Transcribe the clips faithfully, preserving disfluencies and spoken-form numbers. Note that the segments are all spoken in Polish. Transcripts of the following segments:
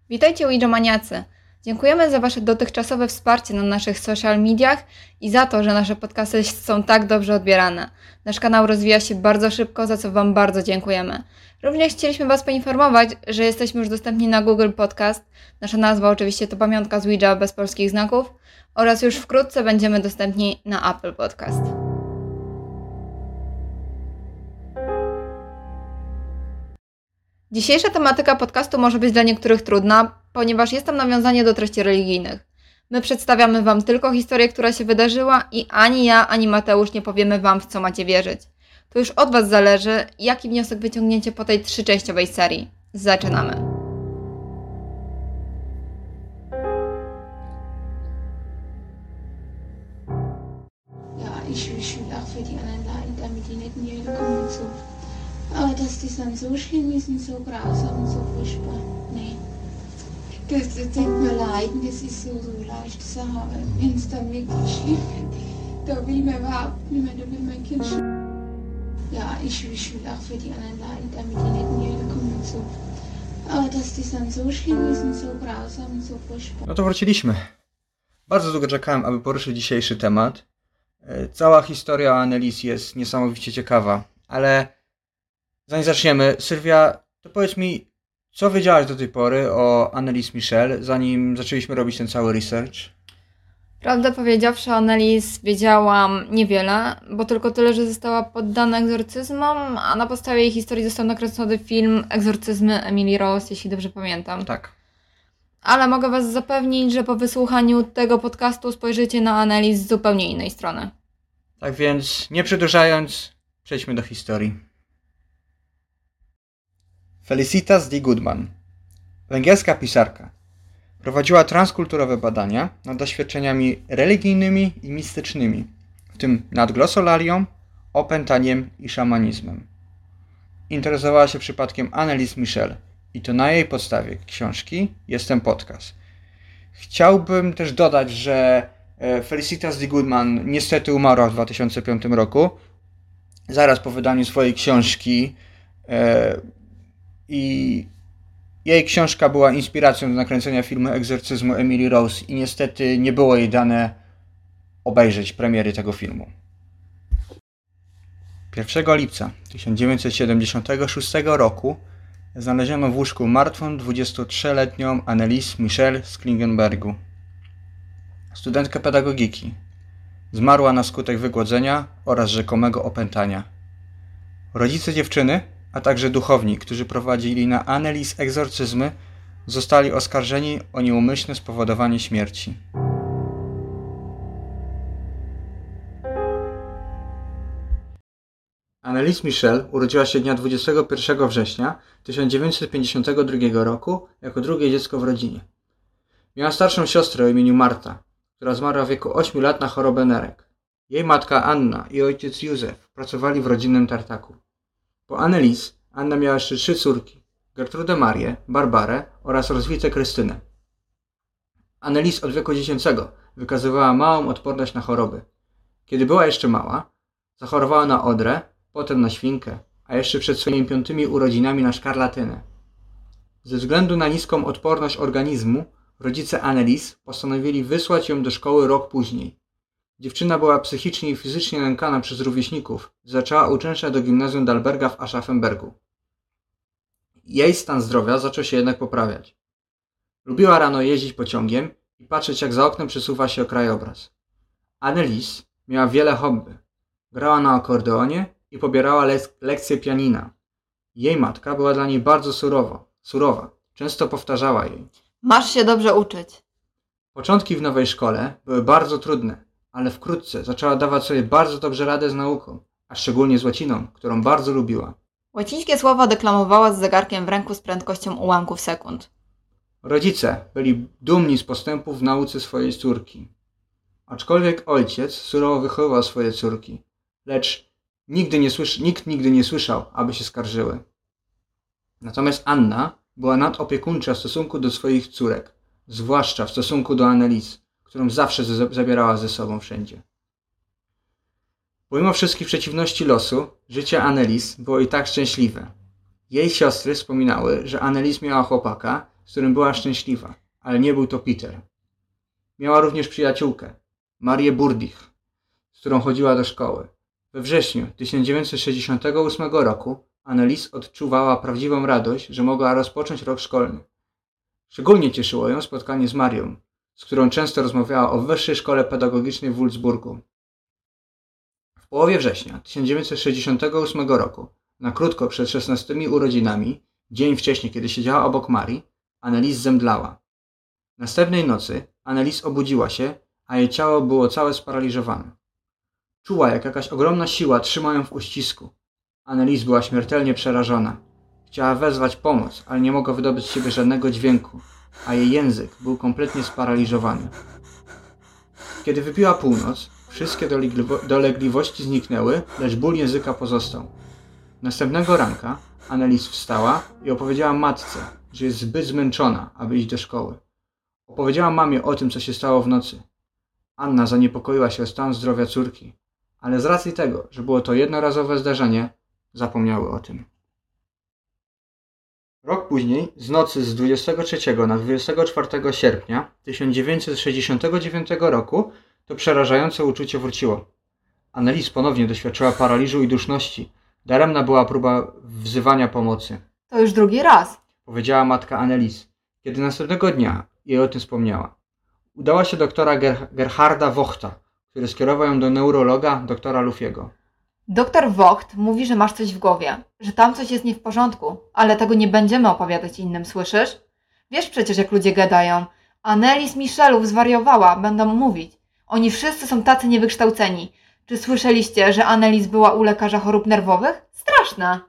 Witajcie Ouija-maniacy! Dziękujemy za Wasze dotychczasowe wsparcie na naszych social mediach i za to, że nasze podcasty są tak dobrze odbierane. Nasz kanał rozwija się bardzo szybko, za co Wam bardzo dziękujemy. Również chcieliśmy Was poinformować, że jesteśmy już dostępni na Google Podcast. Nasza nazwa oczywiście to Pamiątka z Ouija bez polskich znaków oraz już wkrótce będziemy dostępni na Apple Podcast. Dzisiejsza tematyka podcastu może być dla niektórych trudna, ponieważ jest tam nawiązanie do treści religijnych. My przedstawiamy Wam tylko historię, która się wydarzyła i ani ja, ani Mateusz nie powiemy Wam, w co macie wierzyć. To już od Was zależy, jaki wniosek wyciągniecie po tej trzyczęściowej serii. Zaczynamy! Ja, ich will auch für die anderen leiden, damit die nicht in die Hölle kommen und so. Aber dass das dann so schlimm ist und so grausam und so furchtbar, nee. Das, das denkt man leiden, das ist so, so leichte Sache, aber wenn es dann wirklich schlimm wird, da will man überhaupt nicht mehr, da will mein Kind schon. Ja, ich will, ich will auch für die anderen leiden, damit die nicht in die Hölle kommen und so. Aber dass das dann so schlimm ist und so grausam und so furchtbar. No to wróciliśmy. Bardzo długo czekałem, aby poruszyć dzisiejszy temat. Cała historia o Annelies jest niesamowicie ciekawa, ale zanim zaczniemy, Sylwia, to powiedz mi, co wiedziałaś do tej pory o Annelies Michel, zanim zaczęliśmy robić ten cały research? Prawdę powiedziawszy, o Annelies wiedziałam niewiele, bo tylko tyle, że została poddana egzorcyzmom, a na podstawie jej historii został nakręcony film Egzorcyzmy Emily Rose, jeśli dobrze pamiętam. Tak. Ale mogę Was zapewnić, że po wysłuchaniu tego podcastu spojrzycie na Annelies z zupełnie innej strony. Tak więc, nie przedłużając, przejdźmy do historii. Felicitas D. Goodman, węgierska pisarka, prowadziła transkulturowe badania nad doświadczeniami religijnymi i mistycznymi, w tym nad glosolalią, opętaniem i szamanizmem. Interesowała się przypadkiem Annelies Michel i to na jej podstawie książki jest ten podcast. Chciałbym też dodać, że Felicitas D. Goodman niestety umarła w dwa tysiące piątym roku, zaraz po wydaniu swojej książki. I jej książka była inspiracją do nakręcenia filmu Egzorcyzmu Emily Rose i niestety nie było jej dane obejrzeć premiery tego filmu. pierwszego lipca tysiąc dziewięćset siedemdziesiątego szóstego roku znaleziono w łóżku martwą dwudziestotrzyletnią Annelies Michel z Klingenbergu. Studentkę pedagogiki. Zmarła na skutek wygłodzenia oraz rzekomego opętania. Rodzice dziewczyny, a także duchowni, którzy prowadzili na Annelies egzorcyzmy, zostali oskarżeni o nieumyślne spowodowanie śmierci. Annelies Michel urodziła się dnia dwudziestego pierwszego września tysiąc dziewięćset pięćdziesiątego drugiego roku jako drugie dziecko w rodzinie. Miała starszą siostrę o imieniu Marta, która zmarła w wieku ośmiu lat na chorobę nerek. Jej matka Anna i ojciec Józef pracowali w rodzinnym tartaku. Po Annelies Anna miała jeszcze trzy córki, Gertrudę Marię, Barbarę oraz rozwitę Krystynę. Annelies od wieku dziecięcego wykazywała małą odporność na choroby. Kiedy była jeszcze mała, zachorowała na odrę, potem na świnkę, a jeszcze przed swoimi piątymi urodzinami na szkarlatynę. Ze względu na niską odporność organizmu, rodzice Annelies postanowili wysłać ją do szkoły rok później. Dziewczyna była psychicznie i fizycznie nękana przez rówieśników, zaczęła uczęszczać do gimnazjum Dalberga w Aschaffenbergu. Jej stan zdrowia zaczął się jednak poprawiać. Lubiła rano jeździć pociągiem i patrzeć, jak za oknem przesuwa się krajobraz. Annelies miała wiele hobby. Grała na akordeonie i pobierała lek- lekcje pianina. Jej matka była dla niej bardzo surowa, surowa. Często powtarzała jej: Masz się dobrze uczyć. Początki w nowej szkole były bardzo trudne, ale wkrótce zaczęła dawać sobie bardzo dobrze radę z nauką, a szczególnie z łaciną, którą bardzo lubiła. Łacińskie słowa deklamowała z zegarkiem w ręku z prędkością ułamków sekund. Rodzice byli dumni z postępów w nauce swojej córki. Aczkolwiek ojciec surowo wychowywał swoje córki, lecz nigdy nie słysz- nikt nigdy nie słyszał, aby się skarżyły. Natomiast Anna była nadopiekuńcza w stosunku do swoich córek, zwłaszcza w stosunku do Annelies, którą zawsze z- zabierała ze sobą wszędzie. Pomimo wszystkich przeciwności losu, życie Annelies było i tak szczęśliwe. Jej siostry wspominały, że Annelies miała chłopaka, z którym była szczęśliwa, ale nie był to Peter. Miała również przyjaciółkę, Marię Burdich, z którą chodziła do szkoły. We wrześniu tysiąc dziewięćset sześćdziesiątego ósmego roku Anneliese odczuwała prawdziwą radość, że mogła rozpocząć rok szkolny. Szczególnie cieszyło ją spotkanie z Marią, z którą często rozmawiała o wyższej szkole pedagogicznej w Würzburgu. W połowie września tysiąc dziewięćset sześćdziesiątego ósmego roku, na krótko przed szesnastymi urodzinami, dzień wcześniej, kiedy siedziała obok Marii, Anneliese zemdlała. Następnej nocy Anneliese obudziła się, a jej ciało było całe sparaliżowane. Czuła, jak jakaś ogromna siła trzyma ją w uścisku. Anneliese była śmiertelnie przerażona. Chciała wezwać pomoc, ale nie mogła wydobyć z siebie żadnego dźwięku, a jej język był kompletnie sparaliżowany. Kiedy wybiła północ, wszystkie dolegliwo- dolegliwości zniknęły, lecz ból języka pozostał. Następnego ranka Anneliese wstała i opowiedziała matce, że jest zbyt zmęczona, aby iść do szkoły. Opowiedziała mamie o tym, co się stało w nocy. Anna zaniepokoiła się o stan zdrowia córki, ale z racji tego, że było to jednorazowe zdarzenie, zapomniały o tym. Rok później, z nocy z dwudziestego trzeciego na dwudziestego czwartego sierpnia tysiąc dziewięćset sześćdziesiątego dziewiątego roku, to przerażające uczucie wróciło. Anneliese ponownie doświadczyła paraliżu i duszności. Daremna była próba wzywania pomocy. To już drugi raz. Powiedziała matka Anneliese, kiedy następnego dnia jej o tym wspomniała. Udała się do doktora Ger- Gerharda Wochta, który skierował ją do neurologa doktora Lufiego. Doktor Vogt mówi, że masz coś w głowie, że tam coś jest nie w porządku, ale tego nie będziemy opowiadać innym, słyszysz? Wiesz przecież, jak ludzie gadają. Anneliese Michelów zwariowała, będą mówić. Oni wszyscy są tacy niewykształceni. Czy słyszeliście, że Anneliese była u lekarza chorób nerwowych? Straszne!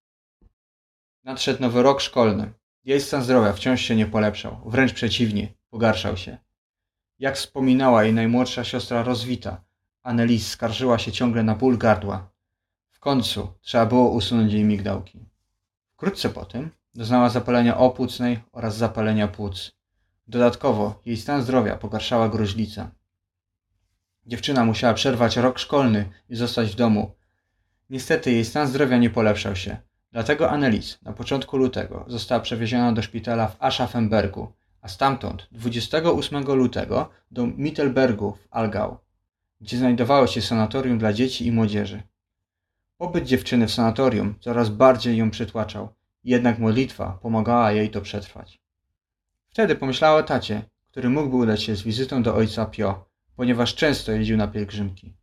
Nadszedł nowy rok szkolny. Jej stan zdrowia wciąż się nie polepszał, wręcz przeciwnie, pogarszał się. Jak wspominała jej najmłodsza siostra Roswitha, Anneliese skarżyła się ciągle na ból gardła. W końcu trzeba było usunąć jej migdałki. Wkrótce po tym doznała zapalenia opłucnej oraz zapalenia płuc. Dodatkowo jej stan zdrowia pogarszała gruźlica. Dziewczyna musiała przerwać rok szkolny i zostać w domu. Niestety jej stan zdrowia nie polepszał się, dlatego Anneliese na początku lutego została przewieziona do szpitala w Aschaffenbergu, a stamtąd dwudziestego ósmego lutego do Mittelbergu w Allgäu, gdzie znajdowało się sanatorium dla dzieci i młodzieży. Pobyt dziewczyny w sanatorium coraz bardziej ją przytłaczał, jednak modlitwa pomagała jej to przetrwać. Wtedy pomyślała o tacie, który mógłby udać się z wizytą do ojca Pio, ponieważ często jeździł na pielgrzymki.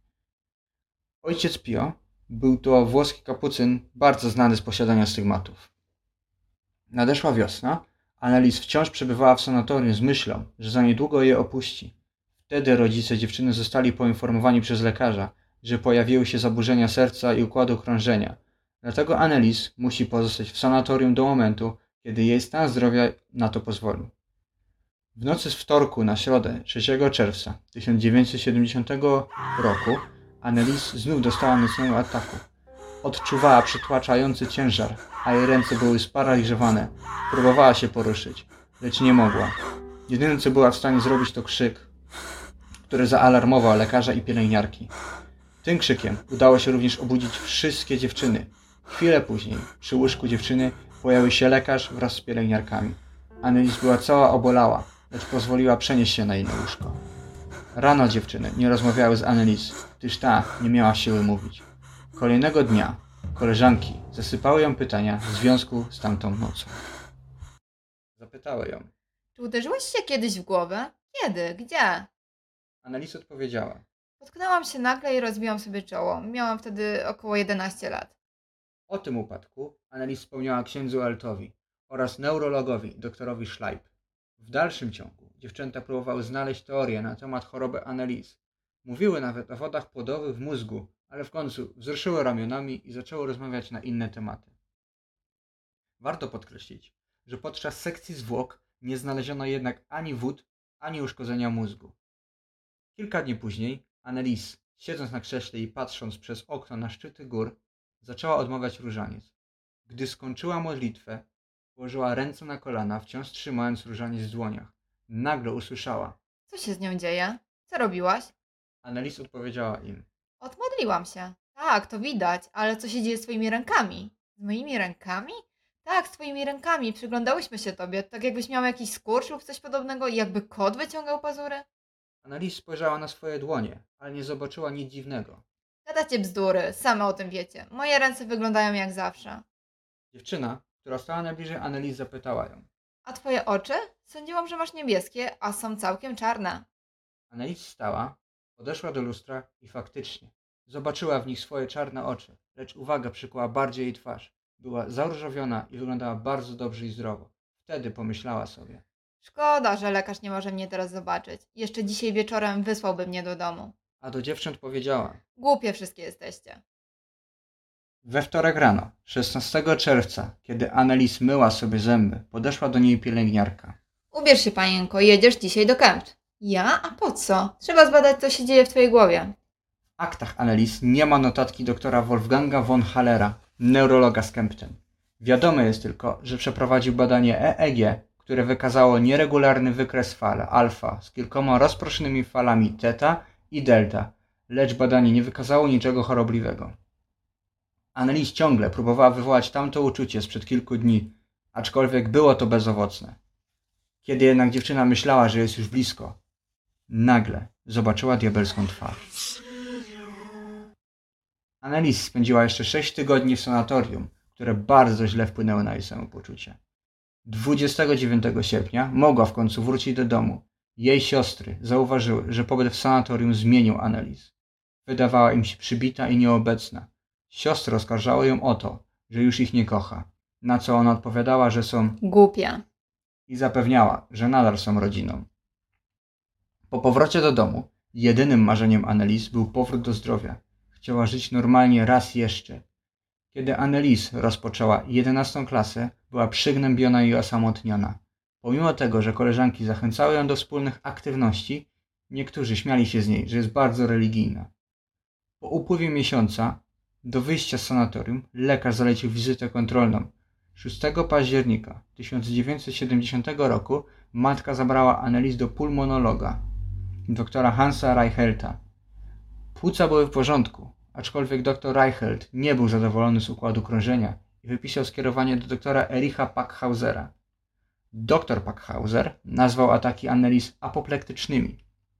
Ojciec Pio był to włoski kapucyn bardzo znany z posiadania stygmatów. Nadeszła wiosna, Anneliese wciąż przebywała w sanatorium z myślą, że za niedługo je opuści. Wtedy rodzice dziewczyny zostali poinformowani przez lekarza, że pojawiły się zaburzenia serca i układu krążenia. Dlatego Anneliese musi pozostać w sanatorium do momentu, kiedy jej stan zdrowia na to pozwoli. W nocy z wtorku na środę, trzeciego czerwca tysiąc dziewięćset siedemdziesiątego roku, Anneliese znów dostała nocnego ataku. Odczuwała przytłaczający ciężar, a jej ręce były sparaliżowane. Próbowała się poruszyć, lecz nie mogła. Jedyne, co była w stanie zrobić, to krzyk, który zaalarmował lekarza i pielęgniarki. Tym krzykiem udało się również obudzić wszystkie dziewczyny. Chwilę później przy łóżku dziewczyny pojawił się lekarz wraz z pielęgniarkami. Anneliese była cała obolała, lecz pozwoliła przenieść się na inne łóżko. Rano dziewczyny nie rozmawiały z Anneliese, gdyż ta nie miała siły mówić. Kolejnego dnia koleżanki zasypały ją pytania w związku z tamtą nocą. Zapytały ją. Czy uderzyłeś się kiedyś w głowę? Kiedy? Gdzie? Anneliese odpowiedziała. Potknęłam się nagle i rozbiłam sobie czoło. Miałam wtedy około jedenaście lat. O tym upadku Anneliese wspomniała księdzu Eltowi oraz neurologowi doktorowi Schleip. W dalszym ciągu dziewczęta próbowały znaleźć teorię na temat choroby Anneliese. Mówiły nawet o wodach płodowych w mózgu, ale w końcu wzruszyły ramionami i zaczęły rozmawiać na inne tematy. Warto podkreślić, że podczas sekcji zwłok nie znaleziono jednak ani wód, ani uszkodzenia mózgu. Kilka dni później Anneliese, siedząc na krześle i patrząc przez okno na szczyty gór, zaczęła odmawiać różaniec. Gdy skończyła modlitwę, położyła ręce na kolana, wciąż trzymając różaniec w dłoniach. Nagle usłyszała. Co się z nią dzieje? Co robiłaś? Anneliese odpowiedziała im. Odmodliłam się. Tak, to widać, ale co się dzieje z twoimi rękami? Z moimi rękami? Tak, z twoimi rękami. Przyglądałyśmy się tobie, tak jakbyś miał jakiś skurcz lub coś podobnego i jakby kot wyciągał pazury. Annalise spojrzała na swoje dłonie, ale nie zobaczyła nic dziwnego. Gadacie bzdury, same o tym wiecie. Moje ręce wyglądają jak zawsze. Dziewczyna, która stała najbliżej Annalise, zapytała ją. A twoje oczy? Sądziłam, że masz niebieskie, a są całkiem czarne. Annalise wstała, podeszła do lustra i faktycznie zobaczyła w nich swoje czarne oczy, lecz uwagę przykuła bardziej jej twarz. Była zaróżowiona i wyglądała bardzo dobrze i zdrowo. Wtedy pomyślała sobie. Szkoda, że lekarz nie może mnie teraz zobaczyć. Jeszcze dzisiaj wieczorem wysłałby mnie do domu. A do dziewcząt powiedziała. Głupie wszystkie jesteście. We wtorek rano, szesnastego czerwca, kiedy Annalise myła sobie zęby, podeszła do niej pielęgniarka. Ubierz się, panienko, jedziesz dzisiaj do Kempt. Ja? A po co? Trzeba zbadać, co się dzieje w twojej głowie. W aktach Annalise nie ma notatki doktora Wolfganga von Hallera, neurologa z Kempten. Wiadome jest tylko, że przeprowadził badanie E E G, które wykazało nieregularny wykres fal alfa z kilkoma rozproszonymi falami teta i delta, lecz badanie nie wykazało niczego chorobliwego. Annalise ciągle próbowała wywołać tamto uczucie sprzed kilku dni, aczkolwiek było to bezowocne. Kiedy jednak dziewczyna myślała, że jest już blisko, nagle zobaczyła diabelską twarz. Annalise spędziła jeszcze sześć tygodni w sanatorium, które bardzo źle wpłynęły na jej samopoczucie. dwudziestego dziewiątego sierpnia mogła w końcu wrócić do domu. Jej siostry zauważyły, że pobyt w sanatorium zmienił Annalise. Wydawała im się przybita i nieobecna. Siostry oskarżały ją o to, że już ich nie kocha, na co ona odpowiadała, że są Głupia. i zapewniała, że nadal są rodziną. Po powrocie do domu jedynym marzeniem Annalise był powrót do zdrowia. Chciała żyć normalnie raz jeszcze. Kiedy Annalise rozpoczęła jedenastą klasę, była przygnębiona i osamotniona. Pomimo tego, że koleżanki zachęcały ją do wspólnych aktywności, niektórzy śmiali się z niej, że jest bardzo religijna. Po upływie miesiąca do wyjścia z sanatorium lekarz zalecił wizytę kontrolną. szóstego października tysiąc dziewięćset siedemdziesiątego roku matka zabrała Annalise do pulmonologa, doktora Hansa Reichelta. Płuca były w porządku, aczkolwiek dr Reichelt nie był zadowolony z układu krążenia i wypisał skierowanie do doktora Ericha Packhausera. Doktor Packhauser nazwał ataki Annalise apoplektycznymi.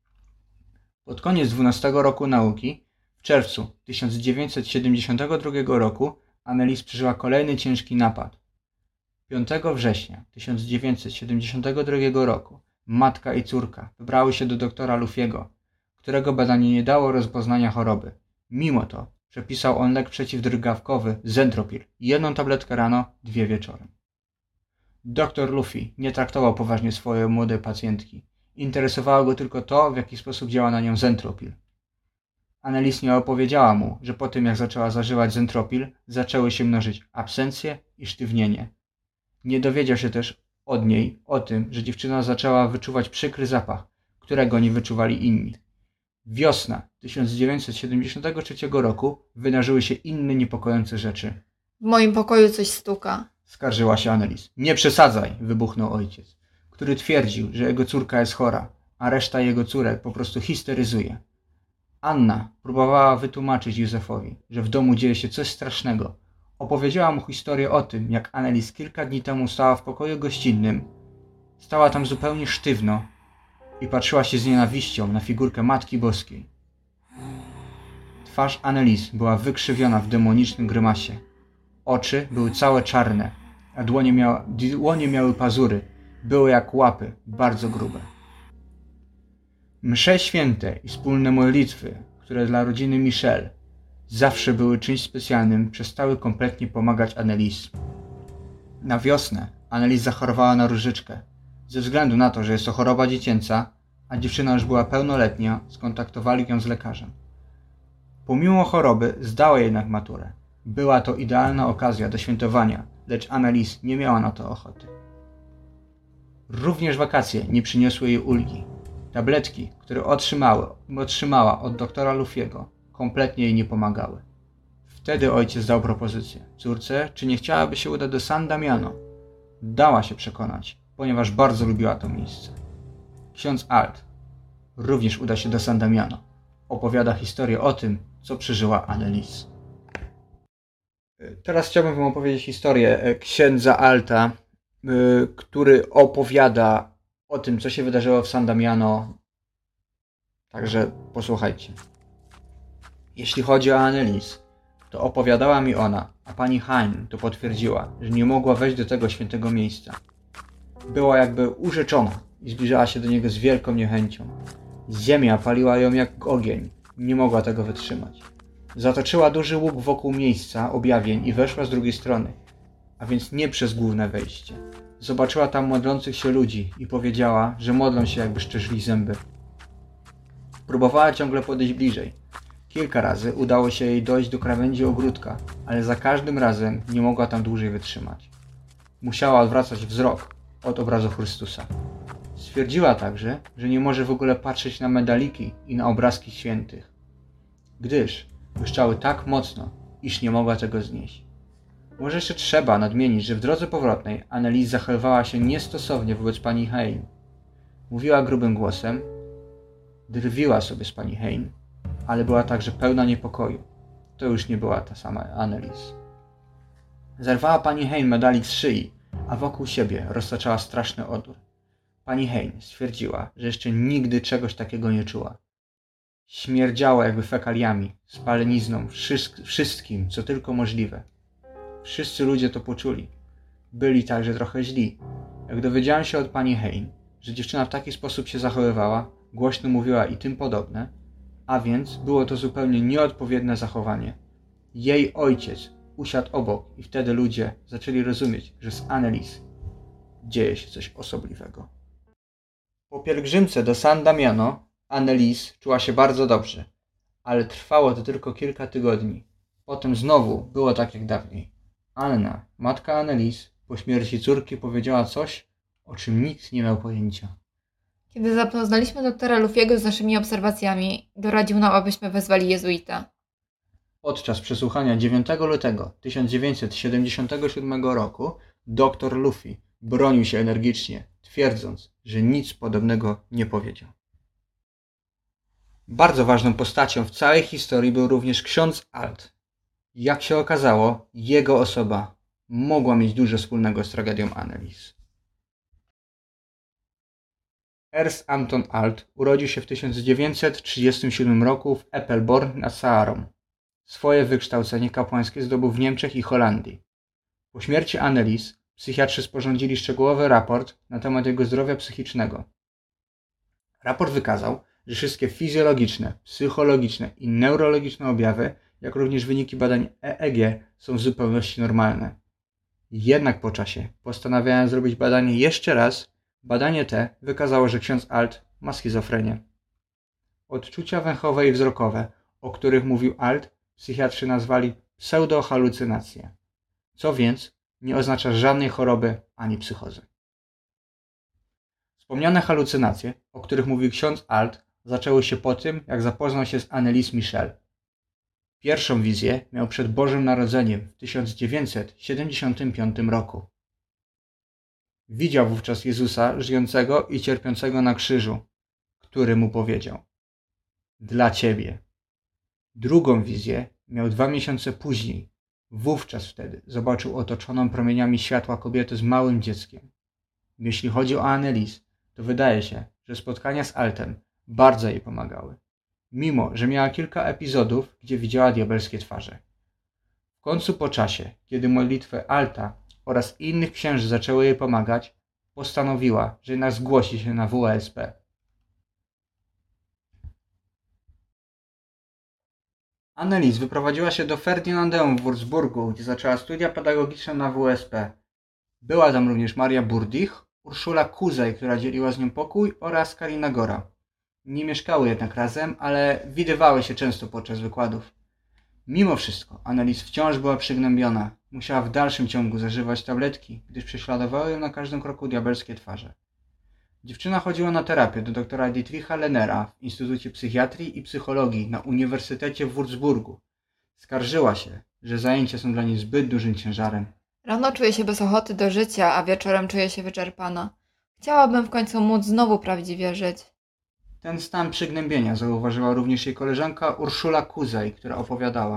Pod koniec dwunastego roku nauki, w czerwcu tysiąc dziewięćset siedemdziesiątego drugiego roku, Annalise przeżyła kolejny ciężki napad. piątego września tysiąc dziewięćset siedemdziesiątego drugiego roku matka i córka wybrały się do doktora Lufiego, którego badanie nie dało rozpoznania choroby. Mimo to przepisał on lek przeciwdrgawkowy Zentropil, jedną tabletkę rano, dwie wieczorem. Doktor Luffy nie traktował poważnie swojej młodej pacjentki. Interesowało go tylko to, w jaki sposób działa na nią Zentropil. Annalise nie opowiedziała mu, że po tym jak zaczęła zażywać Zentropil, zaczęły się mnożyć absencje i sztywnienie. Nie dowiedział się też od niej o tym, że dziewczyna zaczęła wyczuwać przykry zapach, którego nie wyczuwali inni. Wiosna tysiąc dziewięćset siedemdziesiątego trzeciego roku wydarzyły się inne niepokojące rzeczy. W moim pokoju coś stuka. Skarżyła się Annalise. Nie przesadzaj, wybuchnął ojciec, który twierdził, że jego córka jest chora, a reszta jego córek po prostu histeryzuje. Anna próbowała wytłumaczyć Józefowi, że w domu dzieje się coś strasznego. Opowiedziała mu historię o tym, jak Annalise kilka dni temu stała w pokoju gościnnym. Stała tam zupełnie sztywno i patrzyła się z nienawiścią na figurkę Matki Boskiej. Twarz Annalise była wykrzywiona w demonicznym grymasie. Oczy były całe czarne, a dłonie, miała, dłonie miały pazury. Były jak łapy, bardzo grube. Msze święte i wspólne modlitwy, które dla rodziny Michel zawsze były czymś specjalnym, przestały kompletnie pomagać Annalise. Na wiosnę Annalise zachorowała na różyczkę. Ze względu na to, że jest to choroba dziecięca, a dziewczyna już była pełnoletnia, skontaktowali ją z lekarzem. Pomimo choroby zdała jednak maturę. Była to idealna okazja do świętowania, lecz Annalise nie miała na to ochoty. Również wakacje nie przyniosły jej ulgi. Tabletki, które otrzymały, otrzymała od doktora Lufiego, kompletnie jej nie pomagały. Wtedy ojciec dał propozycję córce, czy nie chciałaby się udać do San Damiano. Dała się przekonać, ponieważ bardzo lubiła to miejsce. Ksiądz Alt również uda się do San Damiano. Opowiada historię o tym, co przeżyła Annalise. Teraz chciałbym wam opowiedzieć historię księdza Alta, który opowiada o tym, co się wydarzyło w San Damiano. Także posłuchajcie. Jeśli chodzi o Annelies, to opowiadała mi ona, a pani Hein to potwierdziła, że nie mogła wejść do tego świętego miejsca. Była jakby urzeczona i zbliżała się do niego z wielką niechęcią. Ziemia paliła ją jak ogień, nie mogła tego wytrzymać. Zatoczyła duży łuk wokół miejsca objawień i weszła z drugiej strony, a więc nie przez główne wejście. Zobaczyła tam modlących się ludzi i powiedziała, że modlą się, jakby szczerzyli zęby. Próbowała ciągle podejść bliżej. Kilka razy udało się jej dojść do krawędzi ogródka, ale za każdym razem nie mogła tam dłużej wytrzymać. Musiała odwracać wzrok od obrazu Chrystusa. Stwierdziła także, że nie może w ogóle patrzeć na medaliki i na obrazki świętych, gdyż błyszczały tak mocno, iż nie mogła tego znieść. Może jeszcze trzeba nadmienić, że w drodze powrotnej Annelies zachowywała się niestosownie wobec pani Hein. Mówiła grubym głosem, drwiła sobie z pani Hein, ale była także pełna niepokoju. To już nie była ta sama Annelies. Zerwała pani Hein medalik z szyi, a wokół siebie roztaczała straszny odór. Pani Hein stwierdziła, że jeszcze nigdy czegoś takiego nie czuła. Śmierdziała jakby fekaliami, spalenizną, wszystkim, co tylko możliwe. Wszyscy ludzie to poczuli. Byli także trochę źli. Jak dowiedziałem się od pani Hein, że dziewczyna w taki sposób się zachowywała, głośno mówiła i tym podobne, a więc było to zupełnie nieodpowiednie zachowanie. Jej ojciec usiadł obok i wtedy ludzie zaczęli rozumieć, że z Annelies dzieje się coś osobliwego. Po pielgrzymce do San Damiano Annelies czuła się bardzo dobrze, ale trwało to tylko kilka tygodni. Potem znowu było tak jak dawniej. Anna, matka Annelies, po śmierci córki powiedziała coś, o czym nikt nie miał pojęcia. Kiedy zapoznaliśmy doktora Lufiego z naszymi obserwacjami, doradził nam, abyśmy wezwali jezuita. Podczas przesłuchania dziewiątego lutego tysiąc dziewięćset siedemdziesiątego siódmego roku doktor Luffy bronił się energicznie, twierdząc, że nic podobnego nie powiedział. Bardzo ważną postacią w całej historii był również ksiądz Alt. Jak się okazało, jego osoba mogła mieć dużo wspólnego z tragedią Annelies. Ernst Anton Alt urodził się w tysiąc dziewięćset trzydziestym siódmym roku w Eppelborn nad Saarą. Swoje wykształcenie kapłańskie zdobył w Niemczech i Holandii. Po śmierci Annelies psychiatrzy sporządzili szczegółowy raport na temat jego zdrowia psychicznego. Raport wykazał, że wszystkie fizjologiczne, psychologiczne i neurologiczne objawy, jak również wyniki badań E E G są w zupełności normalne. Jednak po czasie postanawiałem zrobić badanie jeszcze raz. Badanie te wykazało, że ksiądz Alt ma schizofrenię. Odczucia węchowe i wzrokowe, o których mówił Alt, psychiatrzy nazwali pseudohalucynacje, co więc nie oznacza żadnej choroby ani psychozy. Wspomniane halucynacje, o których mówił ksiądz Alt, zaczęły się po tym, jak zapoznał się z Annelies Michel. Pierwszą wizję miał przed Bożym Narodzeniem w tysiąc dziewięćset siedemdziesiątym piątym roku. Widział wówczas Jezusa żyjącego i cierpiącego na krzyżu, który mu powiedział: dla Ciebie. Drugą wizję miał dwa miesiące później. Wówczas wtedy zobaczył otoczoną promieniami światła kobietę z małym dzieckiem. Jeśli chodzi o Annelies, to wydaje się, że spotkania z Altem bardzo jej pomagały, mimo że miała kilka epizodów, gdzie widziała diabelskie twarze. W końcu po czasie, kiedy modlitwy Alta oraz innych księży zaczęły jej pomagać, postanowiła, że jednak zgłosi się na W L S P. Annelies wyprowadziła się do Ferdinandeum w Würzburgu, gdzie zaczęła studia pedagogiczne na W S P. Była tam również Maria Burdich, Urszula Kuzej, która dzieliła z nią pokój, oraz Karina Gora. Nie mieszkały jednak razem, ale widywały się często podczas wykładów. Mimo wszystko Annelies wciąż była przygnębiona. Musiała w dalszym ciągu zażywać tabletki, gdyż prześladowały ją na każdym kroku diabelskie twarze. Dziewczyna chodziła na terapię do doktora Dietricha Lennera w Instytucie Psychiatrii i Psychologii na Uniwersytecie w Würzburgu. Skarżyła się, że zajęcia są dla niej zbyt dużym ciężarem. Rano czuję się bez ochoty do życia, a wieczorem czuję się wyczerpana. Chciałabym w końcu móc znowu prawdziwie żyć. Ten stan przygnębienia zauważyła również jej koleżanka Urszula Kuzej, która opowiadała: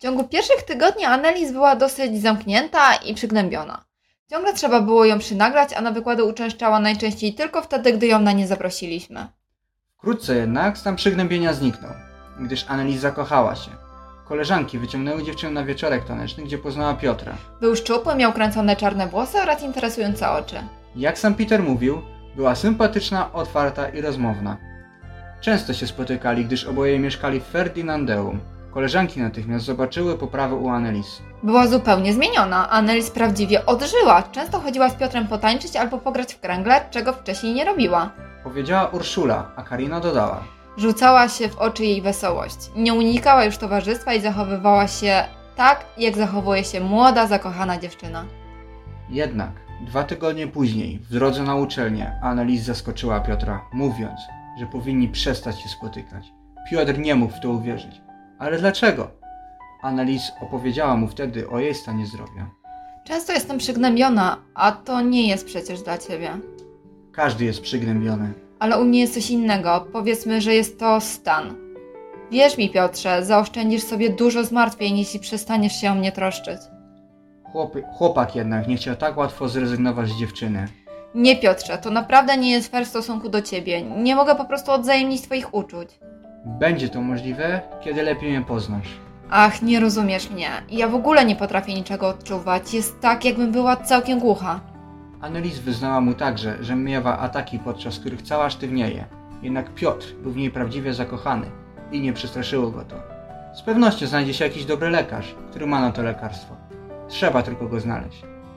ciągu pierwszych tygodni Annelies była dosyć zamknięta i przygnębiona. Ciągle trzeba było ją przynaglać, a na wykłady uczęszczała najczęściej tylko wtedy, gdy ją na nie zaprosiliśmy. Wkrótce jednak stan przygnębienia zniknął, gdyż Annelies zakochała się. Koleżanki wyciągnęły dziewczynę na wieczorek taneczny, gdzie poznała Piotra. Był szczupły, miał kręcone czarne włosy oraz interesujące oczy. Jak sam Peter mówił, była sympatyczna, otwarta i rozmowna. Często się spotykali, gdyż oboje mieszkali w Ferdinandeum. Koleżanki natychmiast zobaczyły poprawę u Annelies. Była zupełnie zmieniona. Annelies prawdziwie odżyła. Często chodziła z Piotrem potańczyć albo pograć w kręgle, czego wcześniej nie robiła. Powiedziała Urszula, a Karina dodała. Rzucała się w oczy jej wesołość. Nie unikała już towarzystwa i zachowywała się tak, jak zachowuje się młoda, zakochana dziewczyna. Jednak dwa tygodnie później, w drodze na uczelnię, Annelies zaskoczyła Piotra, mówiąc, że powinni przestać się spotykać. Piotr nie mógł w to uwierzyć. Ale dlaczego? Annelies opowiedziała mu wtedy o jej stanie zdrowia. Często jestem przygnębiona, a to nie jest przecież dla ciebie. Każdy jest przygnębiony. Ale u mnie jest coś innego. Powiedzmy, że jest to stan. Wierz mi, Piotrze, zaoszczędzisz sobie dużo zmartwień, jeśli przestaniesz się o mnie troszczyć. Chłop, chłopak jednak nie chciał tak łatwo zrezygnować z dziewczyny. Nie, Piotrze, to naprawdę nie jest fair w stosunku do ciebie. Nie mogę po prostu odwzajemnić twoich uczuć. Będzie to możliwe, kiedy lepiej mnie poznasz. Ach, nie rozumiesz mnie. Ja w ogóle nie potrafię niczego odczuwać. Jest tak, jakbym była całkiem głucha. Annelies wyznała mu także, że miewa ataki, podczas których cała sztywnieje. Jednak Piotr był w niej prawdziwie zakochany i nie przestraszyło go to. Z pewnością znajdzie się jakiś dobry lekarz, który ma na to lekarstwo. Trzeba tylko go znaleźć.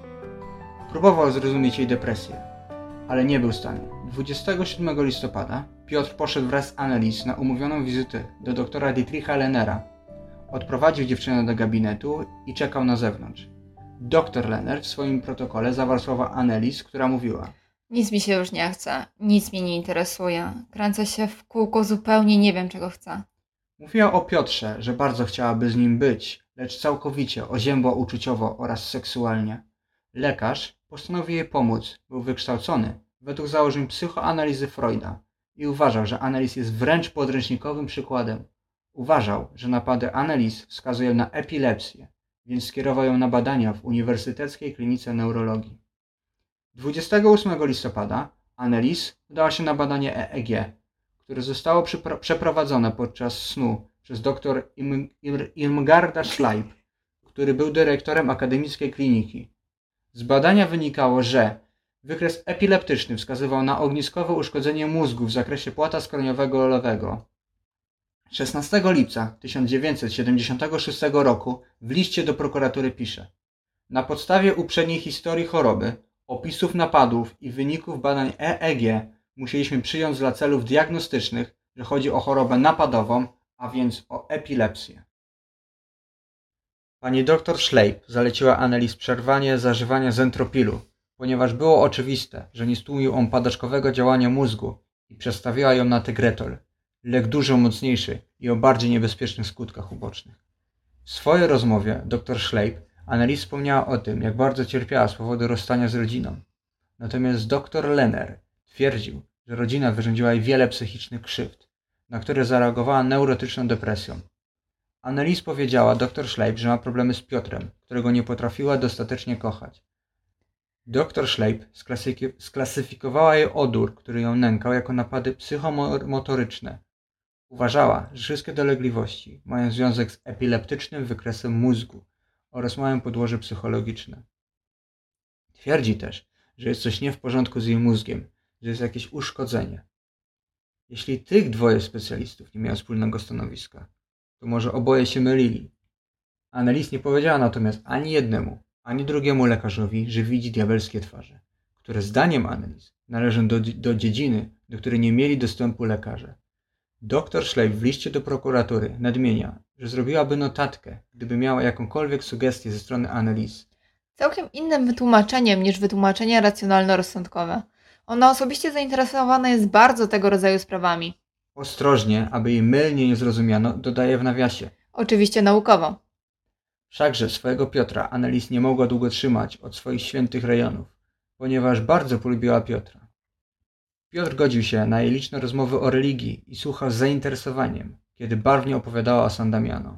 Próbował zrozumieć jej depresję, ale nie był w stanie. dwudziestego siódmego listopada Piotr poszedł wraz z Annelies na umówioną wizytę do doktora Dietricha Lennera. Odprowadził dziewczynę do gabinetu i czekał na zewnątrz. Doktor Lenner w swoim protokole zawarł słowa Annelies, która mówiła: Nic mi się już nie chce. Nic mnie nie interesuje. Kręcę się w kółko, zupełnie nie wiem, czego chcę. Mówiła o Piotrze, że bardzo chciałaby z nim być, lecz całkowicie oziębła uczuciowo oraz seksualnie. Lekarz postanowił jej pomóc, był wykształcony według założeń psychoanalizy Freuda i uważał, że Annelies jest wręcz podręcznikowym przykładem. Uważał, że napady Annelies wskazują na epilepsję, więc skierował ją na badania w Uniwersyteckiej Klinice Neurologii. dwudziestego ósmego listopada Annelies udała się na badanie E E G, które zostało przypro- przeprowadzone podczas snu przez dr Im- Im- Irmgarda Schleip, który był dyrektorem akademickiej kliniki. Z badania wynikało, że wykres epileptyczny wskazywał na ogniskowe uszkodzenie mózgu w zakresie płata skroniowego lewego. szesnastego lipca tysiąc dziewięćset siedemdziesiątego szóstego roku w liście do prokuratury pisze: na podstawie uprzedniej historii choroby, opisów napadów i wyników badań E E G musieliśmy przyjąć dla celów diagnostycznych, że chodzi o chorobę napadową, a więc o epilepsję. Pani doktor Schleip zaleciła Annelies przerwanie zażywania zentropilu, ponieważ było oczywiste, że nie stłumił on padaczkowego działania mózgu i przestawiła ją na tegretol, lek dużo mocniejszy i o bardziej niebezpiecznych skutkach ubocznych. W swojej rozmowie dr Schleip Annelies wspomniała o tym, jak bardzo cierpiała z powodu rozstania z rodziną. Natomiast dr Lenner twierdził, że rodzina wyrządziła jej wiele psychicznych krzywd, na które zareagowała neurotyczną depresją. Annelies powiedziała dr Schleip, że ma problemy z Piotrem, którego nie potrafiła dostatecznie kochać. Dr Schleip sklasyki- sklasyfikowała jej odór, który ją nękał, jako napady psychomotoryczne. Uważała, że wszystkie dolegliwości mają związek z epileptycznym wykresem mózgu oraz mają podłoże psychologiczne. Twierdzi też, że jest coś nie w porządku z jej mózgiem, że jest jakieś uszkodzenie. Jeśli tych dwoje specjalistów nie miało wspólnego stanowiska, to może oboje się mylili. Annelies nie powiedziała natomiast ani jednemu, ani drugiemu lekarzowi, że widzi diabelskie twarze, które zdaniem Annelies należą do, do dziedziny, do której nie mieli dostępu lekarze. Doktor Schleip w liście do prokuratury nadmienia, że zrobiłaby notatkę, gdyby miała jakąkolwiek sugestię ze strony Annelies. Całkiem innym wytłumaczeniem niż wytłumaczenie racjonalno-rozsądkowe. Ona osobiście zainteresowana jest bardzo tego rodzaju sprawami. Ostrożnie, aby jej mylnie nie zrozumiano, dodaje w nawiasie. Oczywiście naukowo. Wszakże swojego Piotra Annelies nie mogła długo trzymać od swoich świętych rejonów, ponieważ bardzo polubiła Piotra. Piotr godził się na jej liczne rozmowy o religii i słuchał z zainteresowaniem, kiedy barwnie opowiadała o San Damiano.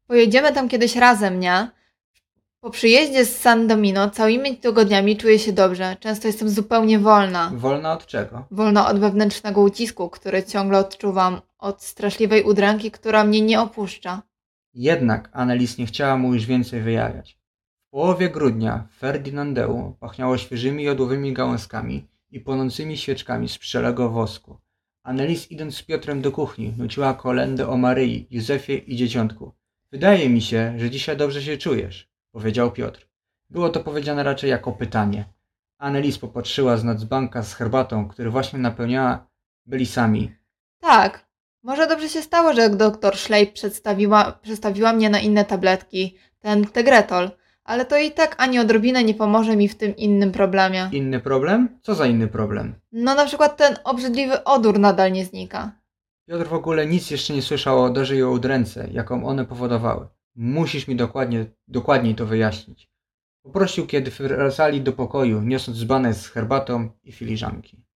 Pojedziemy tam kiedyś razem, nie? Po przyjeździe z San Domino całymi tygodniami czuję się dobrze. Często jestem zupełnie wolna. Wolna od czego? Wolna od wewnętrznego ucisku, który ciągle odczuwam. Od straszliwej udręki, która mnie nie opuszcza. Jednak Annelies nie chciała mu już więcej wyjawiać. W połowie grudnia w Ferdinandeu pachniało świeżymi jodłowymi gałązkami i płonącymi świeczkami z pszczelego wosku. Annelies, idąc z Piotrem do kuchni, nuciła kolędę o Maryi, Józefie i dzieciątku. Wydaje mi się, że dzisiaj dobrze się czujesz, powiedział Piotr. Było to powiedziane raczej jako pytanie. Annelies popatrzyła z nadzbanka z herbatą, który właśnie napełniała, byli sami. Tak, może dobrze się stało, że doktor Schleip przedstawiła, przestawiła mnie na inne tabletki, ten Tegretol, ale to i tak ani odrobinę nie pomoże mi w tym innym problemie. Inny problem? Co za inny problem? No na przykład ten obrzydliwy odór nadal nie znika. Piotr w ogóle nic jeszcze nie słyszał o odorze i o udręce, jaką one powodowały. Musisz mi dokładnie, dokładniej to wyjaśnić. Poprosił, kiedy wracali do pokoju, niosąc dzbanek z herbatą i filiżanki.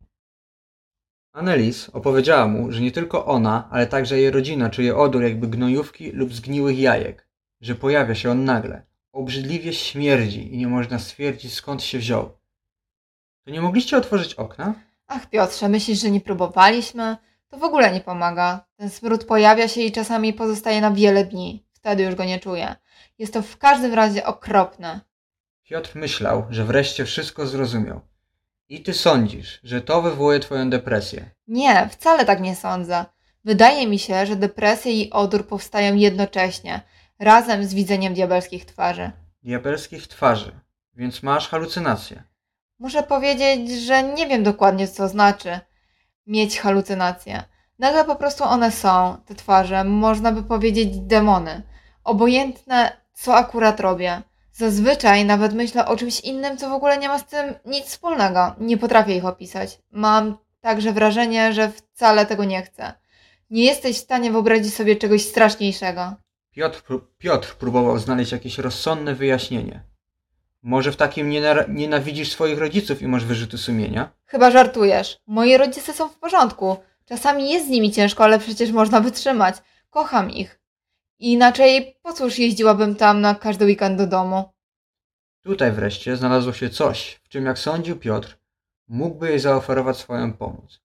Annelies opowiedziała mu, że nie tylko ona, ale także jej rodzina czuje odór jakby gnojówki lub zgniłych jajek, że pojawia się on nagle, obrzydliwie śmierdzi i nie można stwierdzić, skąd się wziął. To nie mogliście otworzyć okna? Ach Piotrze, myślisz, że nie próbowaliśmy? To w ogóle nie pomaga. Ten smród pojawia się i czasami pozostaje na wiele dni. Wtedy już go nie czuję. Jest to w każdym razie okropne. Piotr myślał, że wreszcie wszystko zrozumiał. I ty sądzisz, że to wywołuje twoją depresję? Nie, wcale tak nie sądzę. Wydaje mi się, że depresja i odór powstają jednocześnie, razem z widzeniem diabelskich twarzy. Diabelskich twarzy, więc masz halucynacje. Muszę powiedzieć, że nie wiem dokładnie, co znaczy mieć halucynacje. Nagle po prostu one są, te twarze, można by powiedzieć demony. Obojętne, co akurat robię. Zazwyczaj nawet myślę o czymś innym, co w ogóle nie ma z tym nic wspólnego. Nie potrafię ich opisać. Mam także wrażenie, że wcale tego nie chcę. Nie jesteś w stanie wyobrazić sobie czegoś straszniejszego. Piotr, Piotr próbował znaleźć jakieś rozsądne wyjaśnienie. Może w takim niena- nienawidzisz swoich rodziców i masz wyrzuty sumienia? Chyba żartujesz. Moi rodzice są w porządku. Czasami jest z nimi ciężko, ale przecież można wytrzymać. Kocham ich. Inaczej po cóż jeździłabym tam na każdy weekend do domu? Tutaj wreszcie znalazło się coś, w czym, jak sądził Piotr, mógłby jej zaoferować swoją pomoc.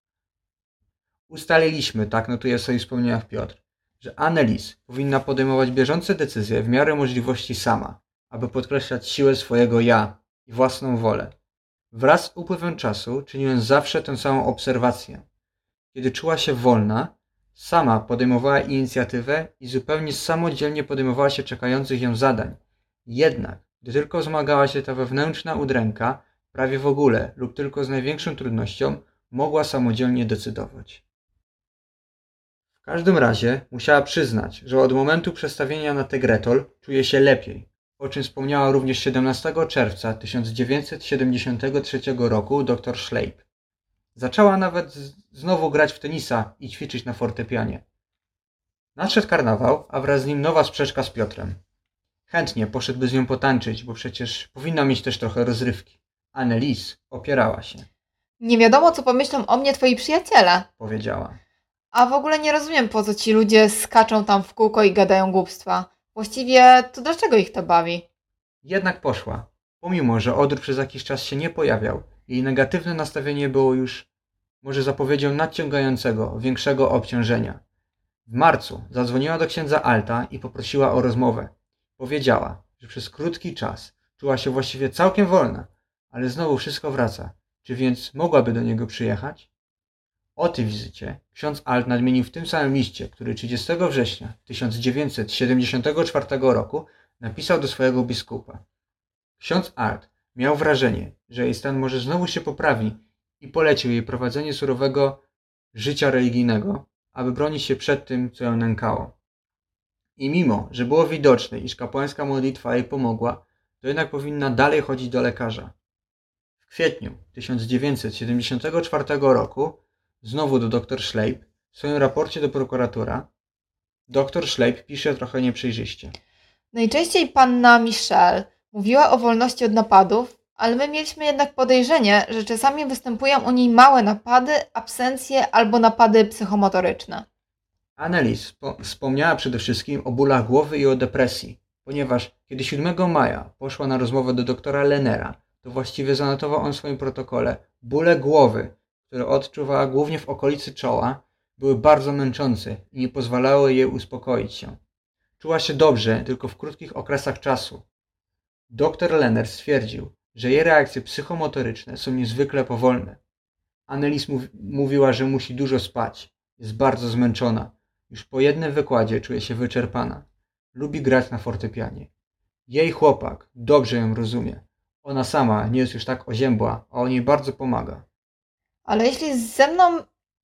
Ustaliliśmy, tak notuje w swoich wspomnieniach Piotr, że Annelies powinna podejmować bieżące decyzje w miarę możliwości sama, aby podkreślać siłę swojego ja i własną wolę. Wraz z upływem czasu czyniłem zawsze tę samą obserwację. Kiedy czuła się wolna, sama podejmowała inicjatywę i zupełnie samodzielnie podejmowała się czekających ją zadań. Jednak, gdy tylko zmagała się ta wewnętrzna udręka, prawie w ogóle lub tylko z największą trudnością, mogła samodzielnie decydować. W każdym razie musiała przyznać, że od momentu przestawienia na Tegretol czuje się lepiej, o czym wspomniała również siedemnastego czerwca tysiąc dziewięćset siedemdziesiątego trzeciego roku dr Schleip. Zaczęła nawet z- znowu grać w tenisa i ćwiczyć na fortepianie. Nadszedł karnawał, a wraz z nim nowa sprzeczka z Piotrem. Chętnie poszedłby z nią potańczyć, bo przecież powinna mieć też trochę rozrywki. Annelies opierała się, Nie wiadomo, co pomyślą o mnie twoi przyjaciele. powiedziała. A w ogóle nie rozumiem, po co ci ludzie skaczą tam w kółko i gadają głupstwa. Właściwie to dlaczego ich to bawi? Jednak poszła. Pomimo, że odór przez jakiś czas się nie pojawiał, jej negatywne nastawienie było już może zapowiedzią nadciągającego, większego obciążenia. W marcu zadzwoniła do księdza Alta i poprosiła o rozmowę. Powiedziała, że przez krótki czas czuła się właściwie całkiem wolna, ale znowu wszystko wraca. Czy więc mogłaby do niego przyjechać? O tej wizycie ksiądz Alt nadmienił w tym samym liście, który trzydziestego września tysiąc dziewięćset siedemdziesiątego czwartego roku napisał do swojego biskupa. Ksiądz Alt miał wrażenie, że jej stan może znowu się poprawi i polecił jej prowadzenie surowego życia religijnego, aby bronić się przed tym, co ją nękało. I mimo, że było widoczne, iż kapłańska modlitwa jej pomogła, to jednak powinna dalej chodzić do lekarza. W kwietniu tysiąc dziewięćset siedemdziesiątego czwartego roku znowu do dr Schleip w swoim raporcie do prokuratora dr Schleip pisze trochę nieprzejrzyście. Najczęściej panna Michelle mówiła o wolności od napadów, ale my mieliśmy jednak podejrzenie, że czasami występują u niej małe napady, absencje albo napady psychomotoryczne. Annelies spo- wspomniała przede wszystkim o bólach głowy i o depresji, ponieważ kiedy siódmego maja poszła na rozmowę do doktora Lennera, to właściwie zanotował on w swoim protokole: bóle głowy, które odczuwała głównie w okolicy czoła, były bardzo męczące i nie pozwalały jej uspokoić się. Czuła się dobrze tylko w krótkich okresach czasu. Doktor Lenner stwierdził, że jej reakcje psychomotoryczne są niezwykle powolne. Annelies mów- mówiła, że musi dużo spać, jest bardzo zmęczona. Już po jednym wykładzie czuje się wyczerpana. Lubi grać na fortepianie. Jej chłopak dobrze ją rozumie. Ona sama nie jest już tak oziębła, a on jej bardzo pomaga. Ale jeśli ze mną